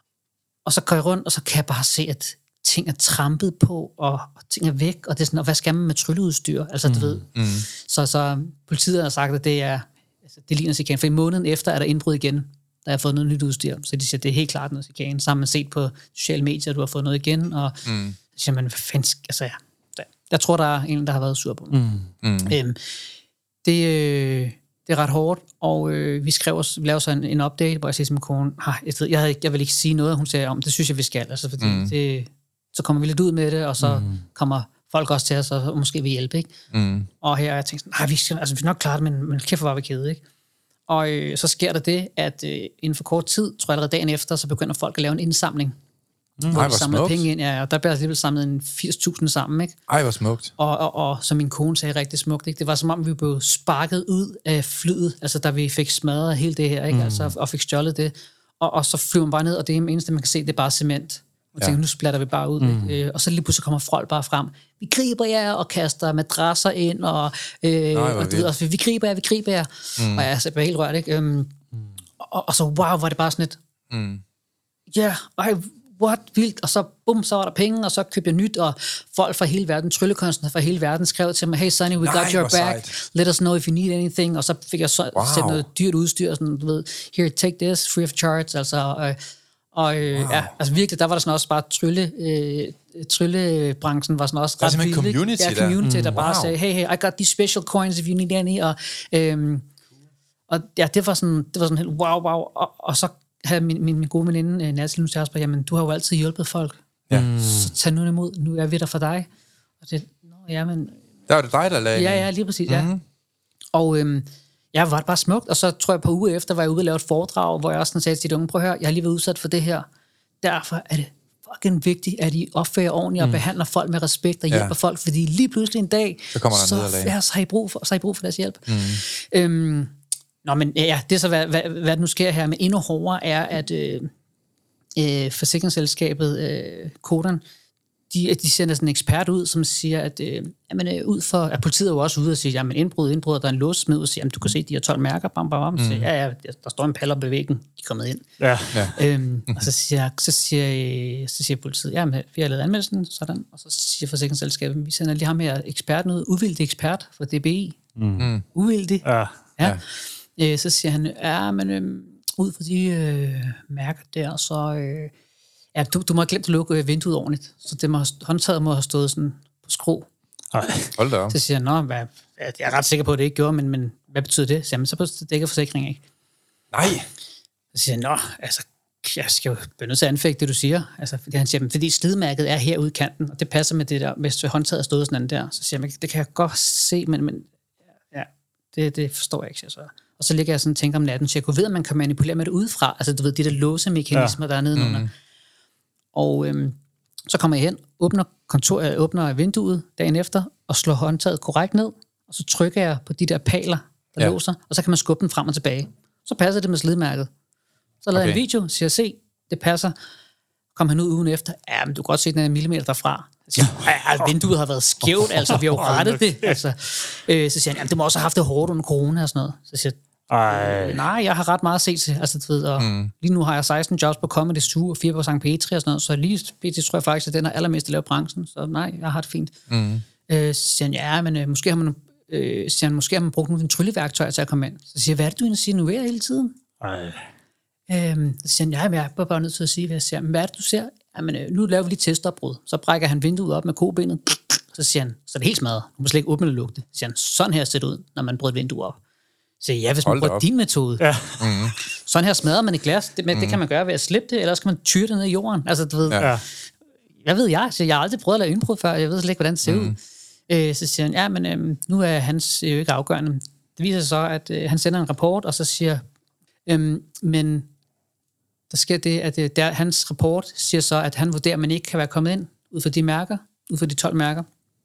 Og så går jeg rundt, og så kan jeg bare se, at ting er trampet på, og, og ting er væk, og det er sådan, og hvad skal man med trylleudstyr? Altså, du mm. ved. Mm. Så, så politiet har sagt, at det er, altså, det ligner chikane, for i måneden efter er der indbrud igen, der har fået noget nyt udstyr, så de siger, det er helt klart noget chikane. Så har man set på sociale medier, at du har fået noget igen, og mm. så siger man, hvad fanden, altså ja, der, jeg tror, der er en, der har været sur på mig. Mm. Mm. Øhm, det, øh, det er ret hårdt, og øh, vi skrev os, vi lavede så en, en update, hvor jeg siger til min kone, jeg, ved, jeg, havde, jeg vil ikke sige noget, og hun sagde om, det synes jeg, vi skal, altså, fordi mm. det, så kommer vi lidt ud med det, og så mm. kommer folk også til os, og måske vil hjælpe, ikke? Mm. Og her jeg tænkte, nej, vi skal, altså, vi skal nok klare det, men, men kæft, hvor var vi kede, ikke? Og øh, så sker der det, at øh, inden for kort tid, tror jeg allerede dagen efter, så begynder folk at lave en indsamling. Mm. Hvor Ej, de samler penge ind, ja, og der bliver alligevel samlet en firs tusind sammen, ikke? Ej, hvor smukt. Og, og, og som min kone sagde, rigtig smukt, ikke? Det var som om, vi blev sparket ud af flyet, altså da vi fik smadret hele det her, ikke? Mm. Altså, og fik stjålet det. Og, og så flyver man bare ned, og det eneste, man kan se, det er bare cement. Og ja. tænker, nu splatter vi bare ud. Mm. Øh, og så lige pludselig kommer folk bare frem. Vi griber jer og kaster madrasser ind, og, øh, Nej, og, du, og vi griber jer, vi griber jer. Mm. Og jeg er bare helt rørt, ikke? Øhm, mm. og, og så, wow, var det bare sådan et, mm. ja, yeah, ej, what, vildt. Og så, bum, så var der penge, og så købte jeg nyt, og folk fra hele verden, tryllekunstnere fra hele verden, skrev til mig, hey Sonny, we Nej, got your back, sejt. Let us know if you need anything. Og så fik jeg så wow. sendt noget dyrt udstyr, sådan, du ved, here, take this, free of charge, altså... Øh, Og øh, wow. ja, altså virkelig, der var der sådan også bare trylle, øh, tryllebranchen var sådan også ret vild. Community ja, community, der, der mm. bare wow. sagde, hey, hey, I got these special coins if you need any, og, øhm, og ja, det var sådan, det var sådan helt wow, wow, og, og så havde min, min, min gode veninde, Natalie Nustersberg, jamen, du har jo altid hjulpet folk, ja. Så tag nu imod, nu er vi der for dig, og det, nå, ja, men... Der var det dig, der lagde. Ja, ja, lige præcis, mm-hmm. ja. Og øhm, ja, var det bare smukt, og så tror jeg på uge efter, var jeg ude og lave et foredrag, hvor jeg også sagde til de unge, prøv at høre, jeg har lige været udsat for det her. Derfor er det fucking vigtigt, at I opfører ordentligt og mm. behandler folk med respekt og hjælper ja. folk, fordi lige pludselig en dag, så, kommer der så, ja, så, har I brug for, så har I brug for deres hjælp. Mm. Øhm, nå, men ja, det er så, hvad, hvad, hvad nu sker her, men endnu hårdere er, at øh, øh, forsikringsselskabet øh, Codan, De, de sender sådan en ekspert ud, som siger, at, øh, jamen, øh, ud for, at politiet er jo også ude og siger, jamen indbrud, indbrud, der er en låssmed, og siger, jamen du kan se, de har tolv mærker, bam, bam, bam. Mm. Så, ja, ja, der står en paller på væggen, de er kommet ind. Ja. Ja. Øhm, og så siger, så, siger, så siger politiet, jamen vi har lavet anmeldelsen, sådan, og så siger forsikringsselskabet, vi sender lige ham her eksperten ud, uvildig ekspert for D B I. Mm. Uvildig. Ja. Ja. Ja. Øh, så siger han, ja, men øh, ud fra de øh, mærker der, så... Øh, Ja, du, du må have glemt at lukke vinduet ordentligt, så det må, håndtaget må have stået sådan på skrå. Hold da op. Så siger jeg, nå, hvad, jeg er ret sikker på, at det ikke gjorde, men, men hvad betyder det? Så, jamen, så dækker forsikringen ikke. Nej. Så siger jeg, nå, altså, jeg skal jo blive nødt til at anfægte det, du siger. Altså, fordi han siger, fordi slidmærket er her ude i kanten, og det passer med det der, hvis håndtaget er stået sådan der. Så siger jeg, det kan jeg godt se, men, men ja, det, det forstår jeg ikke, så. Og så ligger jeg sådan og tænker om natten, så jeg kunne vide, at man kan manipulere med det udefra. Altså, du ved, de der låsemekanismer, ja. der er nedenunder. Mm. Og øhm, så kommer jeg hen, åbner, kontor, øh, åbner vinduet dagen efter, og slår håndtaget korrekt ned, og så trykker jeg på de der paler, der ja. låser, og så kan man skubbe den frem og tilbage. Så passer det med slidmærket. Så lavede okay. jeg en video, siger, se, det passer. Kom han ud ugen efter, ja, men du kan godt se, den er en millimeter derfra. Så siger jeg, ja, vinduet har været skævt, altså, vi har jo rettet det. Altså, øh, så siger han, jamen, det må også have haft det hårdt under corona og sådan noget. Så siger jeg, nej, jeg har ret meget at se til. Altså, du ved, og mm. lige nu har jeg seksten jobs på Comedy Zoo og fire på Sankt Petri og sådan noget, så lige pt. Tror jeg faktisk, at den er allermest at lave branchen. Så nej, jeg har det fint. Mm. Øh, så siger han, ja, men øh, måske har man øh, siger han, måske har man brugt nogle trylleværktøjer til at komme ind. Så siger jeg, hvad er det, du insinuerer hele tiden? Nej. Øh, så siger han, ja, men jeg er bare nødt til at sige, hvad jeg siger. Men hvad er det, du ser? Jamen, øh, nu laver vi lige testopbrud. Så brækker han vinduet op med kobenet. Så siger han, så er det helt smadret. Du må slet ikke åbne eller lukke det. Så siger han, sådan her ser det ud, når man bryder et vindue op. Så ja, hvis man bruger din metode. Ja. Mm-hmm. Sådan her smadrer man et glas. Det, mm-hmm. det kan man gøre ved at slippe det, eller så kan man tyre det ned i jorden. Altså, du ved, ja. Jeg ved jeg, så jeg har aldrig prøvet at lave indbrud før. Jeg ved slet ikke, hvordan det ser mm-hmm. ud. Øh, så siger han, ja, men øhm, nu er hans jo ikke afgørende. Det det viser sig så, at øh, han sender en rapport, og så siger, øhm, men der sker det, at øh, der, hans rapport siger så, at han vurderer, at man ikke kan være kommet ind ud fra de mærker, ud fra de tolv mærker.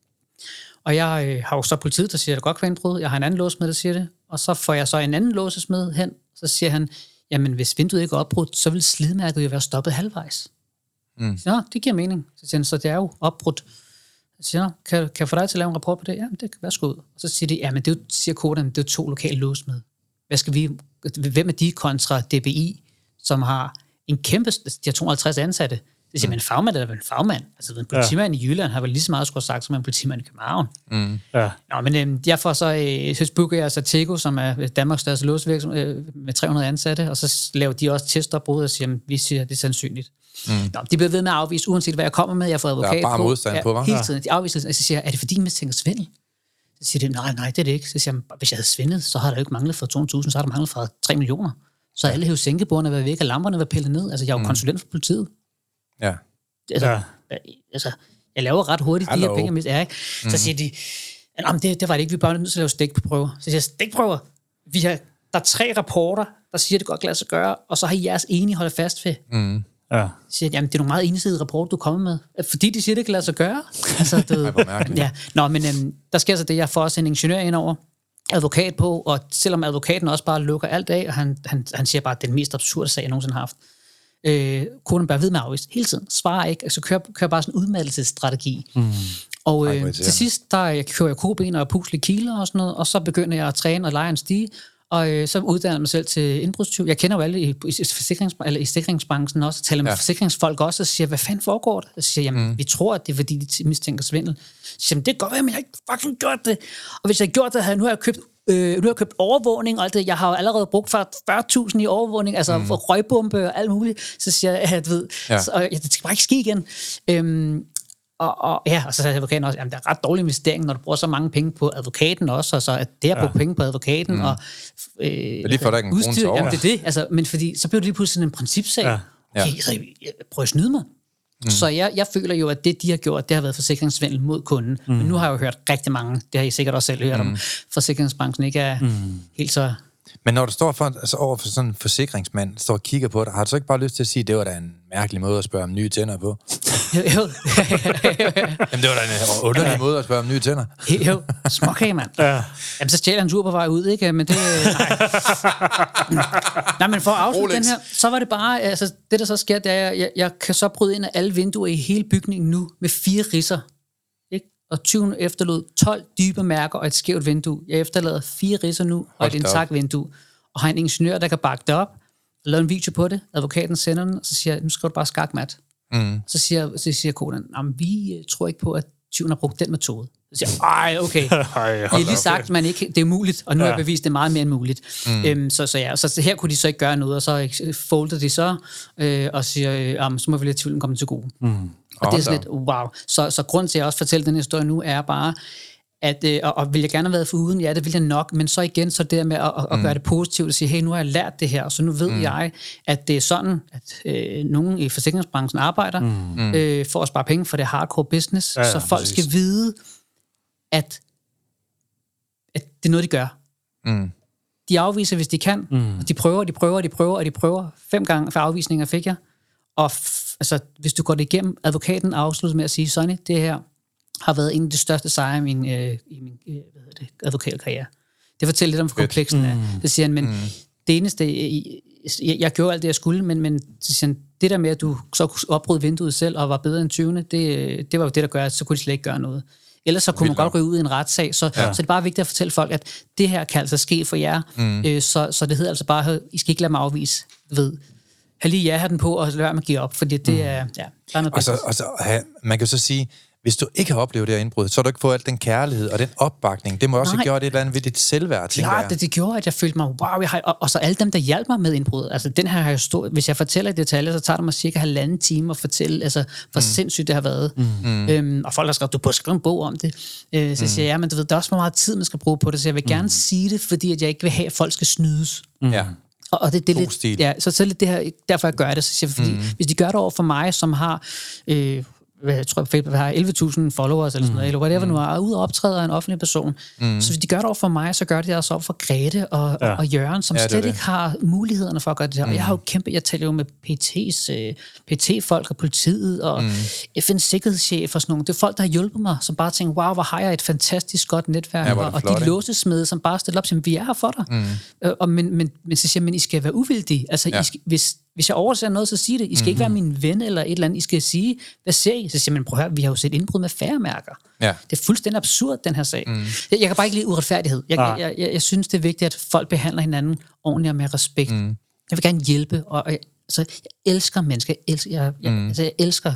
Og jeg øh, har jo så politiet, der siger, at det godt kan være indbrud. Jeg har en anden låsmed, der siger det. Og så får jeg så en anden låsesmed hen, så siger han, jamen hvis vinduet ikke er opbrudt, så vil slidmærket jo være stoppet halvvejs. Mm. Så, det giver mening. Så siger han, så det er jo opbrudt. Så siger han, kan, kan jeg få dig til at lave en rapport på det? Ja, det kan være sgu ud. Og så siger de, ja, men det er jo, siger koden, det er to lokale låsmed. Hvad skal vi, hvem er de kontra D B I, som har en kæmpe, de har to hundrede og halvtreds ansatte. Det siger, mm. en fagmand eller en fagmand. Altså en politimand ja. i Jylland har vel lige så meget skulle have sagt, som en politimand i København. Mm. Ja. Nå, men øhm, jeg får så, øh, så booker jeg Satego, som er Danmarks største låsvirksomhed, øh, med tre hundrede ansatte, og så laver de også testopbrud og siger, vi siger, det er sandsynligt. Mm. Nå, de bliver ved med at afvise, uanset hvad jeg kommer med. Jeg får advokat på. Der er bare modstand på, hva'? Hele tiden. De afviser, og så siger jeg, er det fordi, I mistænker svindel? Så siger de, nej, nej, det er det ikke. Så siger jeg, hvis jeg havde svindet, så har der jo ikke manglet fra to hundrede tusind, så har der manglet fra tre millioner. Så alle hæve sænkebordene været væk, og lamperne var pillet ned. Altså, jeg er jo mm. konsulent for politiet. Ja. Altså, ja. altså, jeg laver ret hurtigt Hello. de her penge, jeg ikke. Så mm. siger de, at det, det var det ikke, vi bare nødt til at lave stikprøver. Så siger jeg, stikprøver? Vi har, der er tre rapporter, der siger, at det godt kan lade sig gøre, og så har I jeres enige holdt fast ved. Mm. Ja. Så siger jeg, jamen det er nogle meget ensidige rapporter, du kommer med. Fordi de siger, at det kan lade sig gøre. Altså, det, ja. Nå, men øhm, der sker så det, jeg får også en ingeniør ind over, advokat på, og selvom advokaten også bare lukker alt af, og han, han, han siger bare, at det er den mest absurde sag, jeg nogensinde har haft. Øh, konen bare ved med afvist hele tiden, svarer ikke, altså kører, kører bare sådan en udmattelsesstrategi. Mm. Og øh, til sidst, der jeg kører jeg koben og pusle kiler og sådan noget, og så begynder jeg at træne og lege en stige, og øh, så uddanner jeg mig selv til indbrudstyv. Jeg kender jo alle i, i, forsikrings, eller i sikringsbranchen også, og taler med ja. forsikringsfolk også, og siger, hvad fanden foregår det? Og så siger jeg, jamen, mm. vi tror, at det er, fordi de mistænker svindel. Så siger jeg, det kan godt være, men jeg har ikke fucking gjort det. Og hvis jeg har gjort det, havde nu har jeg købt Øh, nu har jeg købt overvågning og alt det. Jeg har jo allerede brugt for fyrre tusind i overvågning, altså mm. for røgbombe og alt muligt. Så siger jeg, at ved, ja. så, ja, det skal bare ikke ske igen. Øhm, og, og, ja, og så sagde advokaten også, at det er ret dårlig investering, når du bruger så mange penge på advokaten også, og så at det at bruge ja. penge på advokaten. Mm. Og, øh, det lige for dig en krone til over. Jamen, det er det. Altså, men fordi, så blev det lige pludselig en principsag. Ja. Okay, ja. Så jeg, jeg prøver at snyde mig. Mm. Så jeg, jeg føler jo, at det, de har gjort, det har været forsikringssvindel mod kunden. Mm. Men nu har jeg jo hørt rigtig mange, det har I sikkert også selv hørt mm. om, forsikringsbranchen ikke er mm. helt så... Men når du står for, altså over for sådan en forsikringsmand, står og kigger på dig, har du så ikke bare lyst til at sige, at det var da en mærkelig måde at spørge om nye tænder på? Jo, jo. Jamen, det var da en underlig ja. måde at spørge om nye tænder. Jo, småkage, mand. Ja. Jamen, så stjæler han tur på vej ud, ikke? Men det... Nej, nej men for at afslutte den her, så var det bare... Altså, det, der så sker, det er, at jeg, jeg kan så bryde ind af alle vinduer i hele bygningen nu med fire ridser. Ikke? Og tyven efterlod tolv dybe mærker og et skævt vindue. Jeg efterlader fire ridser nu og et intakt vindue. Og har en ingeniør, der kan bakke det op, og lave en video på det. Advokaten sender den, og så siger jeg, nu skal du bare skakmat. Mm. Så siger, så siger konen, vi tror ikke på, at tyven har brugt den metode. Så siger jeg, ej, okay. Det er lige sagt, man ikke, det er muligt, og nu har jeg bevist, det er meget mere end muligt. Mm. Øhm, så, så, ja, så her kunne de så ikke gøre noget, og så folder de så, øh, og siger, øh, så må vi lade tvivlen komme til gode. Mm. Og det er sådan lidt, wow. Så, så grund til, at jeg også fortæller den historie nu, er bare, at, øh, og, og vil jeg gerne have været foruden? Ja, det vil jeg nok, men så igen, så det med at, at, at mm. gøre det positivt, og sige, hey, nu har jeg lært det her, så nu ved mm. jeg, at det er sådan, at øh, nogen i forsikringsbranchen arbejder, mm. øh, for at spare penge, for det er hardcore business, ja, ja, så folk præcis. skal vide, at, at det er noget, de gør. Mm. De afviser, hvis de kan, mm. og de prøver, de prøver, de prøver, og de prøver. Fem gange for afvisninger fik jeg, og f- altså, hvis du går det igennem, advokaten afslutter med at sige, Sonny, det her har været en af de største sejre i min, øh, i min øh, hvad hedder det, advokatkarriere. Det fortæller lidt om, hvor kompleksen er. Mm. Det siger han, men mm. det eneste, jeg, jeg gjorde alt det, jeg skulle, men, men siger han, det der med, at du så kunne opbryde vinduet selv, og var bedre end tyvende, det, det var jo det, der gør, at så kunne de slet ikke gøre noget. Ellers så kunne man godt ryge ud i en retssag, så, ja. så det er bare vigtigt at fortælle folk, at det her kan altså ske for jer, mm. øh, så, så det hedder altså bare, I skal ikke lade mig afvise, ved have lige ja-hatten på, og lade være med at give op, fordi det er, mm. ja, der er noget og så, og så, man kan jo så sige, hvis du ikke har oplevet det her indbrud, så har du ikke fået al den kærlighed og den opbakning. Det må også Nej. have gjort et eller andet ved dit selvværd, tænker jeg. Klart, det, det gjorde, at jeg følte mig, wow, jeg har, og, og så alle dem, der hjalp mig med indbrud. Altså, den her har jeg stået, hvis jeg fortæller i detaljer, så tager det mig cirka halvanden time at fortælle, altså, hvor mm. sindssygt det har været. Mm. Øhm, og folk har skrevet, du burde skrive en bog om det. Øh, så mm. siger jeg, ja, men du ved, der er også meget tid, man skal bruge på det, så jeg vil gerne mm. sige det, fordi at jeg ikke vil have, at folk skal snydes. Mm. Ja. Og, og det, det er lidt, ja, så, så lidt det her, derfor jeg gør det, så siger jeg, fordi mm. hvis de gør det over for mig, som har... Øh, jeg tror, Facebook har elleve tusind followers, eller sådan noget, eller whatever mm. nu er, ude og optræder af en offentlig person. Mm. Så hvis de gør det over for mig, så gør de det også over for Grete og, ja. og Jørgen, som ja, slet ikke har mulighederne for at gøre det her. Mm. Og jeg har jo kæmpe, jeg taler jo med P T's, uh, P T-folk og politiet, og mm. F N's sikkerhedschef og sådan nogle. Det er folk, der har hjulpet mig, som bare tænker, wow, hvor har jeg et fantastisk godt netværk, ja, og, og de låsesmede, som bare stiller op, som vi er her for dig. Mm. Uh, og men, men, men så siger man, I skal være uvildige. Altså, ja. I skal, hvis Hvis jeg overser noget, så sig det. I skal mm-hmm. ikke være min ven eller et eller andet. I skal sige, hvad ser I? Så siger man, prøv at høre, vi har jo set indbrud med færemærker. Ja. Det er fuldstændig absurd, den her sag. Mm. Jeg, jeg kan bare ikke lide uretfærdighed. Jeg, ah. jeg, jeg, jeg synes, det er vigtigt, at folk behandler hinanden ordentligt og med respekt. Mm. Jeg vil gerne hjælpe, og jeg, altså, jeg elsker mennesker. Jeg elsker, jeg, jeg, mm. altså, jeg elsker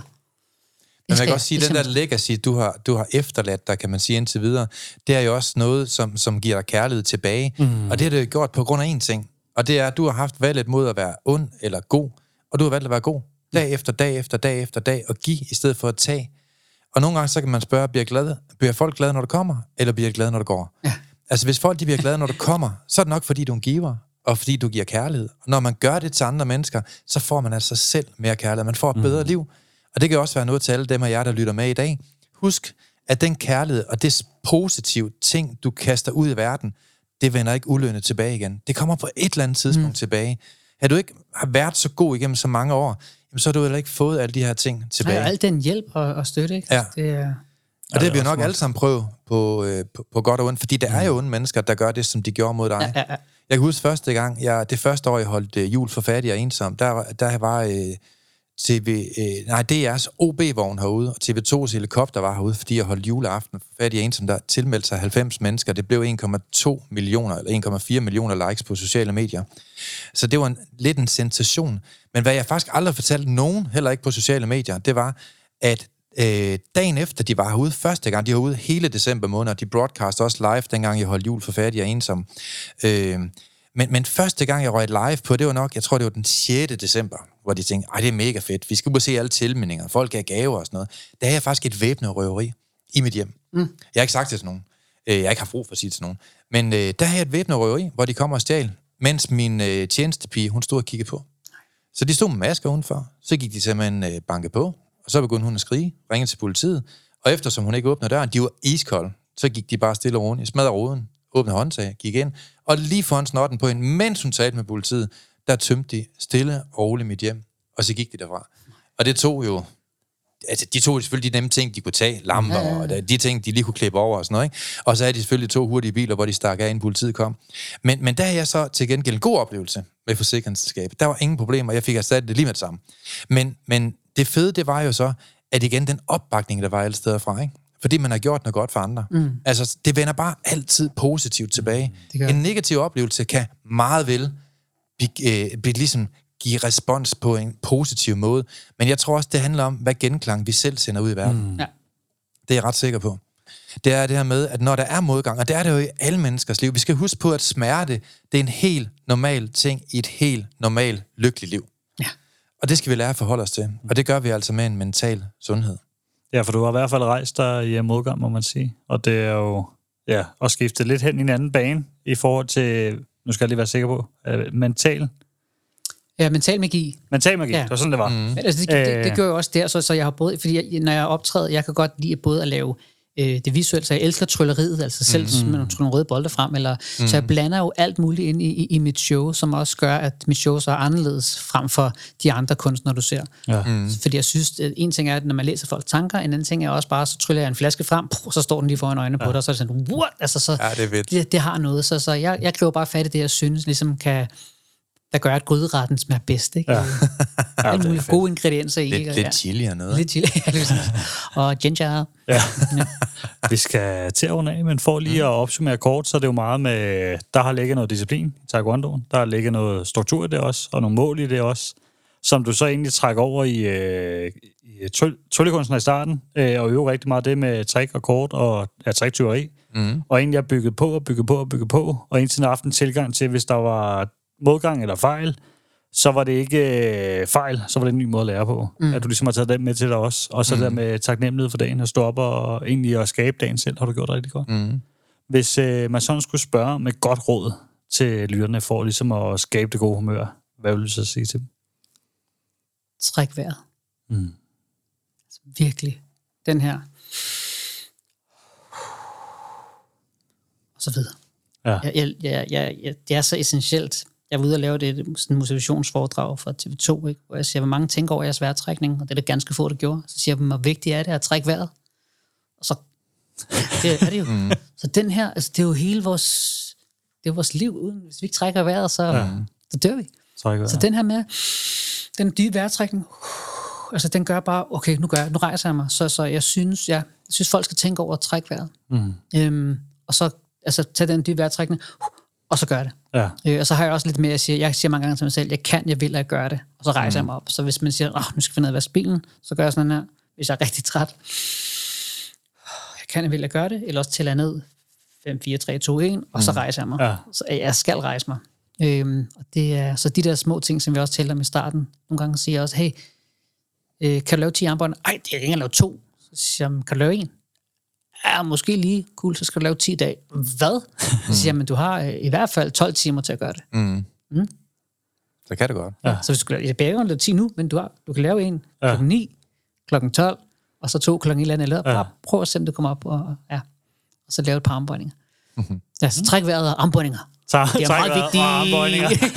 Men man kan også sige, at den der legacy, du har, du har efterladt dig, kan man sige indtil videre, det er jo også noget, som, som giver dig kærlighed tilbage. Mm. Og det har det gjort på grund af én ting. Og det er, at du har haft valget mod at være ond eller god, og du har valgt at være god. Dag efter dag efter dag efter dag, og give i stedet for at tage. Og nogle gange så kan man spørge, bliver, glad, bliver folk glade, når det kommer, eller bliver glade, når det går? Ja. Altså hvis folk de bliver glade, når det kommer, så er det nok, fordi du er en giver, og fordi du giver kærlighed. Og når man gør det til andre mennesker, så får man altså selv mere kærlighed. Man får et bedre mm. liv. Og det kan også være noget til alle dem af jer, der lytter med i dag. Husk, at den kærlighed og det positive ting, du kaster ud i verden, det vender ikke ulønnet tilbage igen. Det kommer på et eller andet tidspunkt mm. tilbage. Har du ikke har været så god igennem så mange år, jamen, så har du heller ikke fået alle de her ting tilbage. Ja, al den hjælp og, og støtte, ikke? Ja. Det er... Og det har vi jo nok alle sammen prøvet på, øh, på, på godt og ondt, fordi der mm. er jo onde mennesker, der gør det, som de gjorde mod dig. Ja, ja, ja. Jeg kan huske første gang, jeg, det første år, jeg holdt øh, jul for fattig og ensom, der, der var øh, T V, øh, nej, D R's O B-vogn herude, og T V to's helikopter var herude, fordi jeg holdt juleaften for fattig og ensom, der tilmeldte sig halvfems mennesker. Det blev en komma to millioner, eller en komma fire millioner likes på sociale medier. Så det var en, lidt en sensation. Men hvad jeg faktisk aldrig fortalte nogen, heller ikke på sociale medier, det var, at Øh, dagen efter de var herude første gang, de var ude hele december måned, og de broadcast også live, dengang jeg holdt jul for fattig og ensom. Øh, men, men første gang jeg røg live på, det var nok, jeg tror det var den sjette december, hvor de tænkte, ej det er mega fedt, vi skal bare se alle tilmeldinger, folk gav gaver og sådan noget. Der havde jeg faktisk et væbnet røveri i mit hjem. Mm. Jeg har ikke sagt det til nogen. Øh, jeg har ikke haft brug for at sige det til nogen. Men øh, der havde jeg et væbnet røveri, hvor de kommer og stjal, mens min øh, tjenestepige, hun stod og kiggede på. Så de stod med masker udenfor, så gik de simpelthen øh, banke på. Og så begyndte hun at skrige, ringe til politiet, og eftersom hun ikke åbnede døren, de var iskolde, så gik de bare stille og roligt, smadrede ruden, åbnede håndtag, gik ind, og lige foran snotten på hende, mens hun talte med politiet, der tømte de stille og roligt mit hjem, og så gik de derfra. Og det tog jo, altså de tog selvfølgelig de nemme ting, de kunne tage, lamper, ja, ja. Og de ting, de lige kunne klippe over og sådan noget, ikke? Og så havde de selvfølgelig to hurtige biler, hvor de stak af, inden politiet kom. Men, men der havde jeg så til gengæld en god oplevelse med forsikringsselskabet. Der var ingen problemer, jeg fik erstattet det lige med det samme. Men, men det fede, det var jo så, at igen den opbakning, der var alle steder fra, ikke? Fordi man har gjort noget godt for andre. Mm. Altså, det vender bare altid positivt tilbage. En negativ oplevelse kan meget vel blive, øh, blive ligesom give respons på en positiv måde. Men jeg tror også, det handler om, hvad genklang vi selv sender ud i verden. Mm. Ja. Det er jeg ret sikker på. Det er det her med, at når der er modgang, og det er det jo i alle menneskers liv, vi skal huske på, at smerte, det er en helt normal ting i et helt normalt lykkeligt liv. Ja. Og det skal vi lære at forholde os til. Og det gør vi altså med en mental sundhed. Ja, for du har i hvert fald rejst dig i modgang, må man sige. Og det er jo ja, at skifte lidt hen i en anden bane i forhold til, nu skal jeg lige være sikker på, mental. Ja, mental magi. Mental magi, ja. Det var sådan, det var. Mm. Men, altså, det, det, det gør jo også der, så, så jeg har både, fordi jeg, når jeg optræder, jeg kan godt lide både at lave øh, det visuelle, så jeg elsker trylleriet, altså selv mm. med nogle røde bolde frem, eller, mm. så jeg blander jo alt muligt ind i, i, i mit show, som også gør, at mit show så er anderledes frem for de andre kunstnere, du ser. Ja. Mm. Fordi jeg synes, at en ting er, at når man læser folks tanker, en anden ting er også bare, så tryller jeg en flaske frem, puh, så står den lige foran øjnene ja. På dig, og så er det sådan, what? Altså, så, ja, det er vildt. Det, det har noget, så, så jeg, jeg griber bare fat i det, jeg synes, ligesom kan der gør, at gryderetten smager bedst, ikke? Ja. Ja, det er gode ingredienser i. Lidt, lidt chili og noget. Lidt chili, og ginger. Ja. Ja. Vi skal til at runde af, men for lige at opsummere kort, så er det jo meget med, der har ligget noget disciplin i taekwondoen, der har ligget noget struktur i det også, og nogle mål i det også, som du så egentlig trækker over i, øh, i tryllekunsten i starten, øh, og øver rigtig meget det med trick og kort og ja, tricktyveri, mm. og egentlig har bygget på og bygget på og bygget på, og indtil har haft en tilgang til, hvis der var modgang eller fejl, så var det ikke øh, fejl, så var det en ny måde at lære på. Mm. At du ligesom har taget den med til dig også. Og så mm. der med taknemmelighed for dagen, at stå op og egentlig at skabe dagen selv, har du gjort rigtig godt. Mm. Hvis øh, man sådan skulle spørge med godt råd til lytterne for ligesom at skabe det gode humør, hvad vil du så sige til dem? Træk vejret. Mm. Virkelig. Den her. Og så videre. Ja. Jeg, jeg, jeg, jeg, jeg, det er så essentielt. Jeg var ude og lave det sådan motivationsforedrag fra T V to, ikke? Hvor jeg siger, hvor mange tænker over jeres vejrtrækning, og det er det ganske få, der gjorde. Så siger jeg, hvor vigtigt er det at trække vejret? Og så, det er det jo. Mm. Så den her, altså det er jo hele vores, det er vores liv. Uden, hvis vi ikke trækker vejret, så, ja. så dør vi. Trækker, så den her med, den dybe vejrtrækning, altså den gør bare, okay, nu, gør jeg, nu rejser jeg mig. Så, så jeg synes, ja, jeg synes, folk skal tænke over at trække vejret. Mm. Øhm, og så altså, tage den dybe vejrtrækning, og så gør det. Ja. Øh, og så har jeg også lidt mere, jeg siger, jeg siger mange gange til mig selv, jeg kan, jeg vil, at gøre det. Og så rejser mm. jeg mig op. Så hvis man siger, åh, nu skal vi ned og vaske bilen, så gør jeg sådan her. Hvis jeg er rigtig træt, jeg kan, jeg vil, at gøre det. Eller også tæller jeg ned, fem, fire, tre, to, et, og så rejser jeg mig. Ja. Så jeg skal rejse mig. Øhm, og det er så de der små ting, som vi også tæller med i starten. Nogle gange siger jeg også, hey, øh, kan du lave ti armbånd? Ej, det er ikke engang lave to. Så siger jeg, kan du lave en? Ja, måske lige cool, så skal du lave ti dage. Hvad? Så siger jeg, men du har øh, i hvert fald tolv timer til at gøre det. Mm. Mm. Så kan det godt. Ja. Så hvis du kan lave, jeg lave ti nu, men du, har, du kan lave en ja. klokken ni, klokken tolv, og så to klokken et eller andet, eller bare ja. prøv at se, om det kommer op, og, ja. og så lave et par armbøjninger. Mm-hmm. Ja, så træk vejret og armbøjninger. Så, det er meget vigtigt.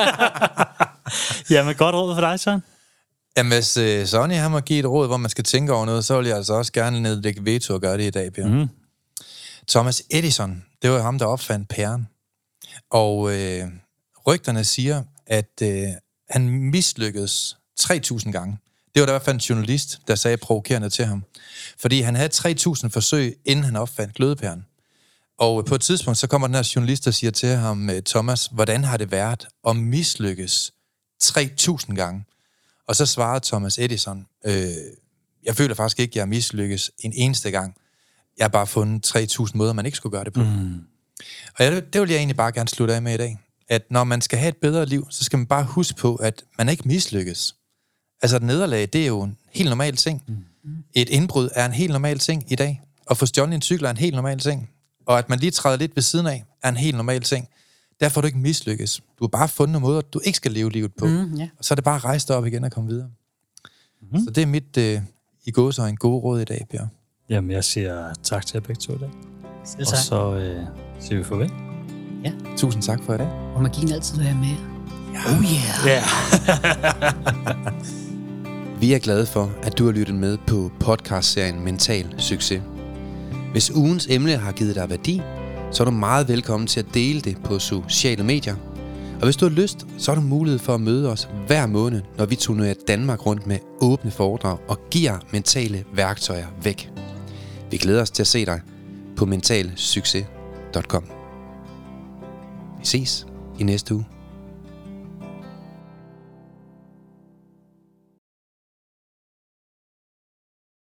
Jamen, godt råd for dig, Søren. Jamen, hvis uh, Sonny han må give et råd, hvor man skal tænke over noget, så vil jeg altså også gerne nedlægge veto og gøre det i dag, Per. Mm. Thomas Edison, det var ham, der opfandt pæren. Og øh, rygterne siger, at øh, han mislykkedes tre tusind gange. Det var der i hvert fald en journalist, der sagde provokerende til ham. Fordi han havde tre tusind forsøg, inden han opfandt glødepæren. Og på et tidspunkt, så kommer den her journalist og siger til ham, Thomas, hvordan har det været at mislykkes tre tusind gange? Og så svarede Thomas Edison, øh, jeg føler faktisk ikke, at jeg mislykkes en eneste gang. Jeg har bare fundet tre tusind måder, man ikke skulle gøre det på. Mm. Og jeg, det vil jeg egentlig bare gerne slutte af med i dag. At når man skal have et bedre liv, så skal man bare huske på, at man ikke mislykkes. Altså et nederlag, det er jo en helt normal ting. Mm. Et indbrud er en helt normal ting i dag. At få stjålet en cykel er en helt normal ting. Og at man lige træder lidt ved siden af, er en helt normal ting. Derfor er du ikke mislykkes. Du har bare fundet nogle måder, du ikke skal leve livet på. Mm, yeah. Og så er det bare at rejse dig op igen og komme videre. Mm. Så det er mit øh, i gås og en god råd i dag, Per. Jamen, jeg siger tak til jer begge to i dag. Selv og så øh, siger vi farvel. Ja. Tusind tak for i dag. Og magien altid vil være med. Ja. Oh yeah! Yeah. Vi er glade for, at du har lyttet med på podcastserien Mental Succes. Hvis ugens emne har givet dig værdi, så er du meget velkommen til at dele det på sociale medier. Og hvis du har lyst, så har du mulighed for at møde os hver måned, når vi turnerer Danmark rundt med åbne foredrag og giver mentale værktøjer væk. Vi glæder os til at se dig på mental succes punktum com. Vi ses i næste uge.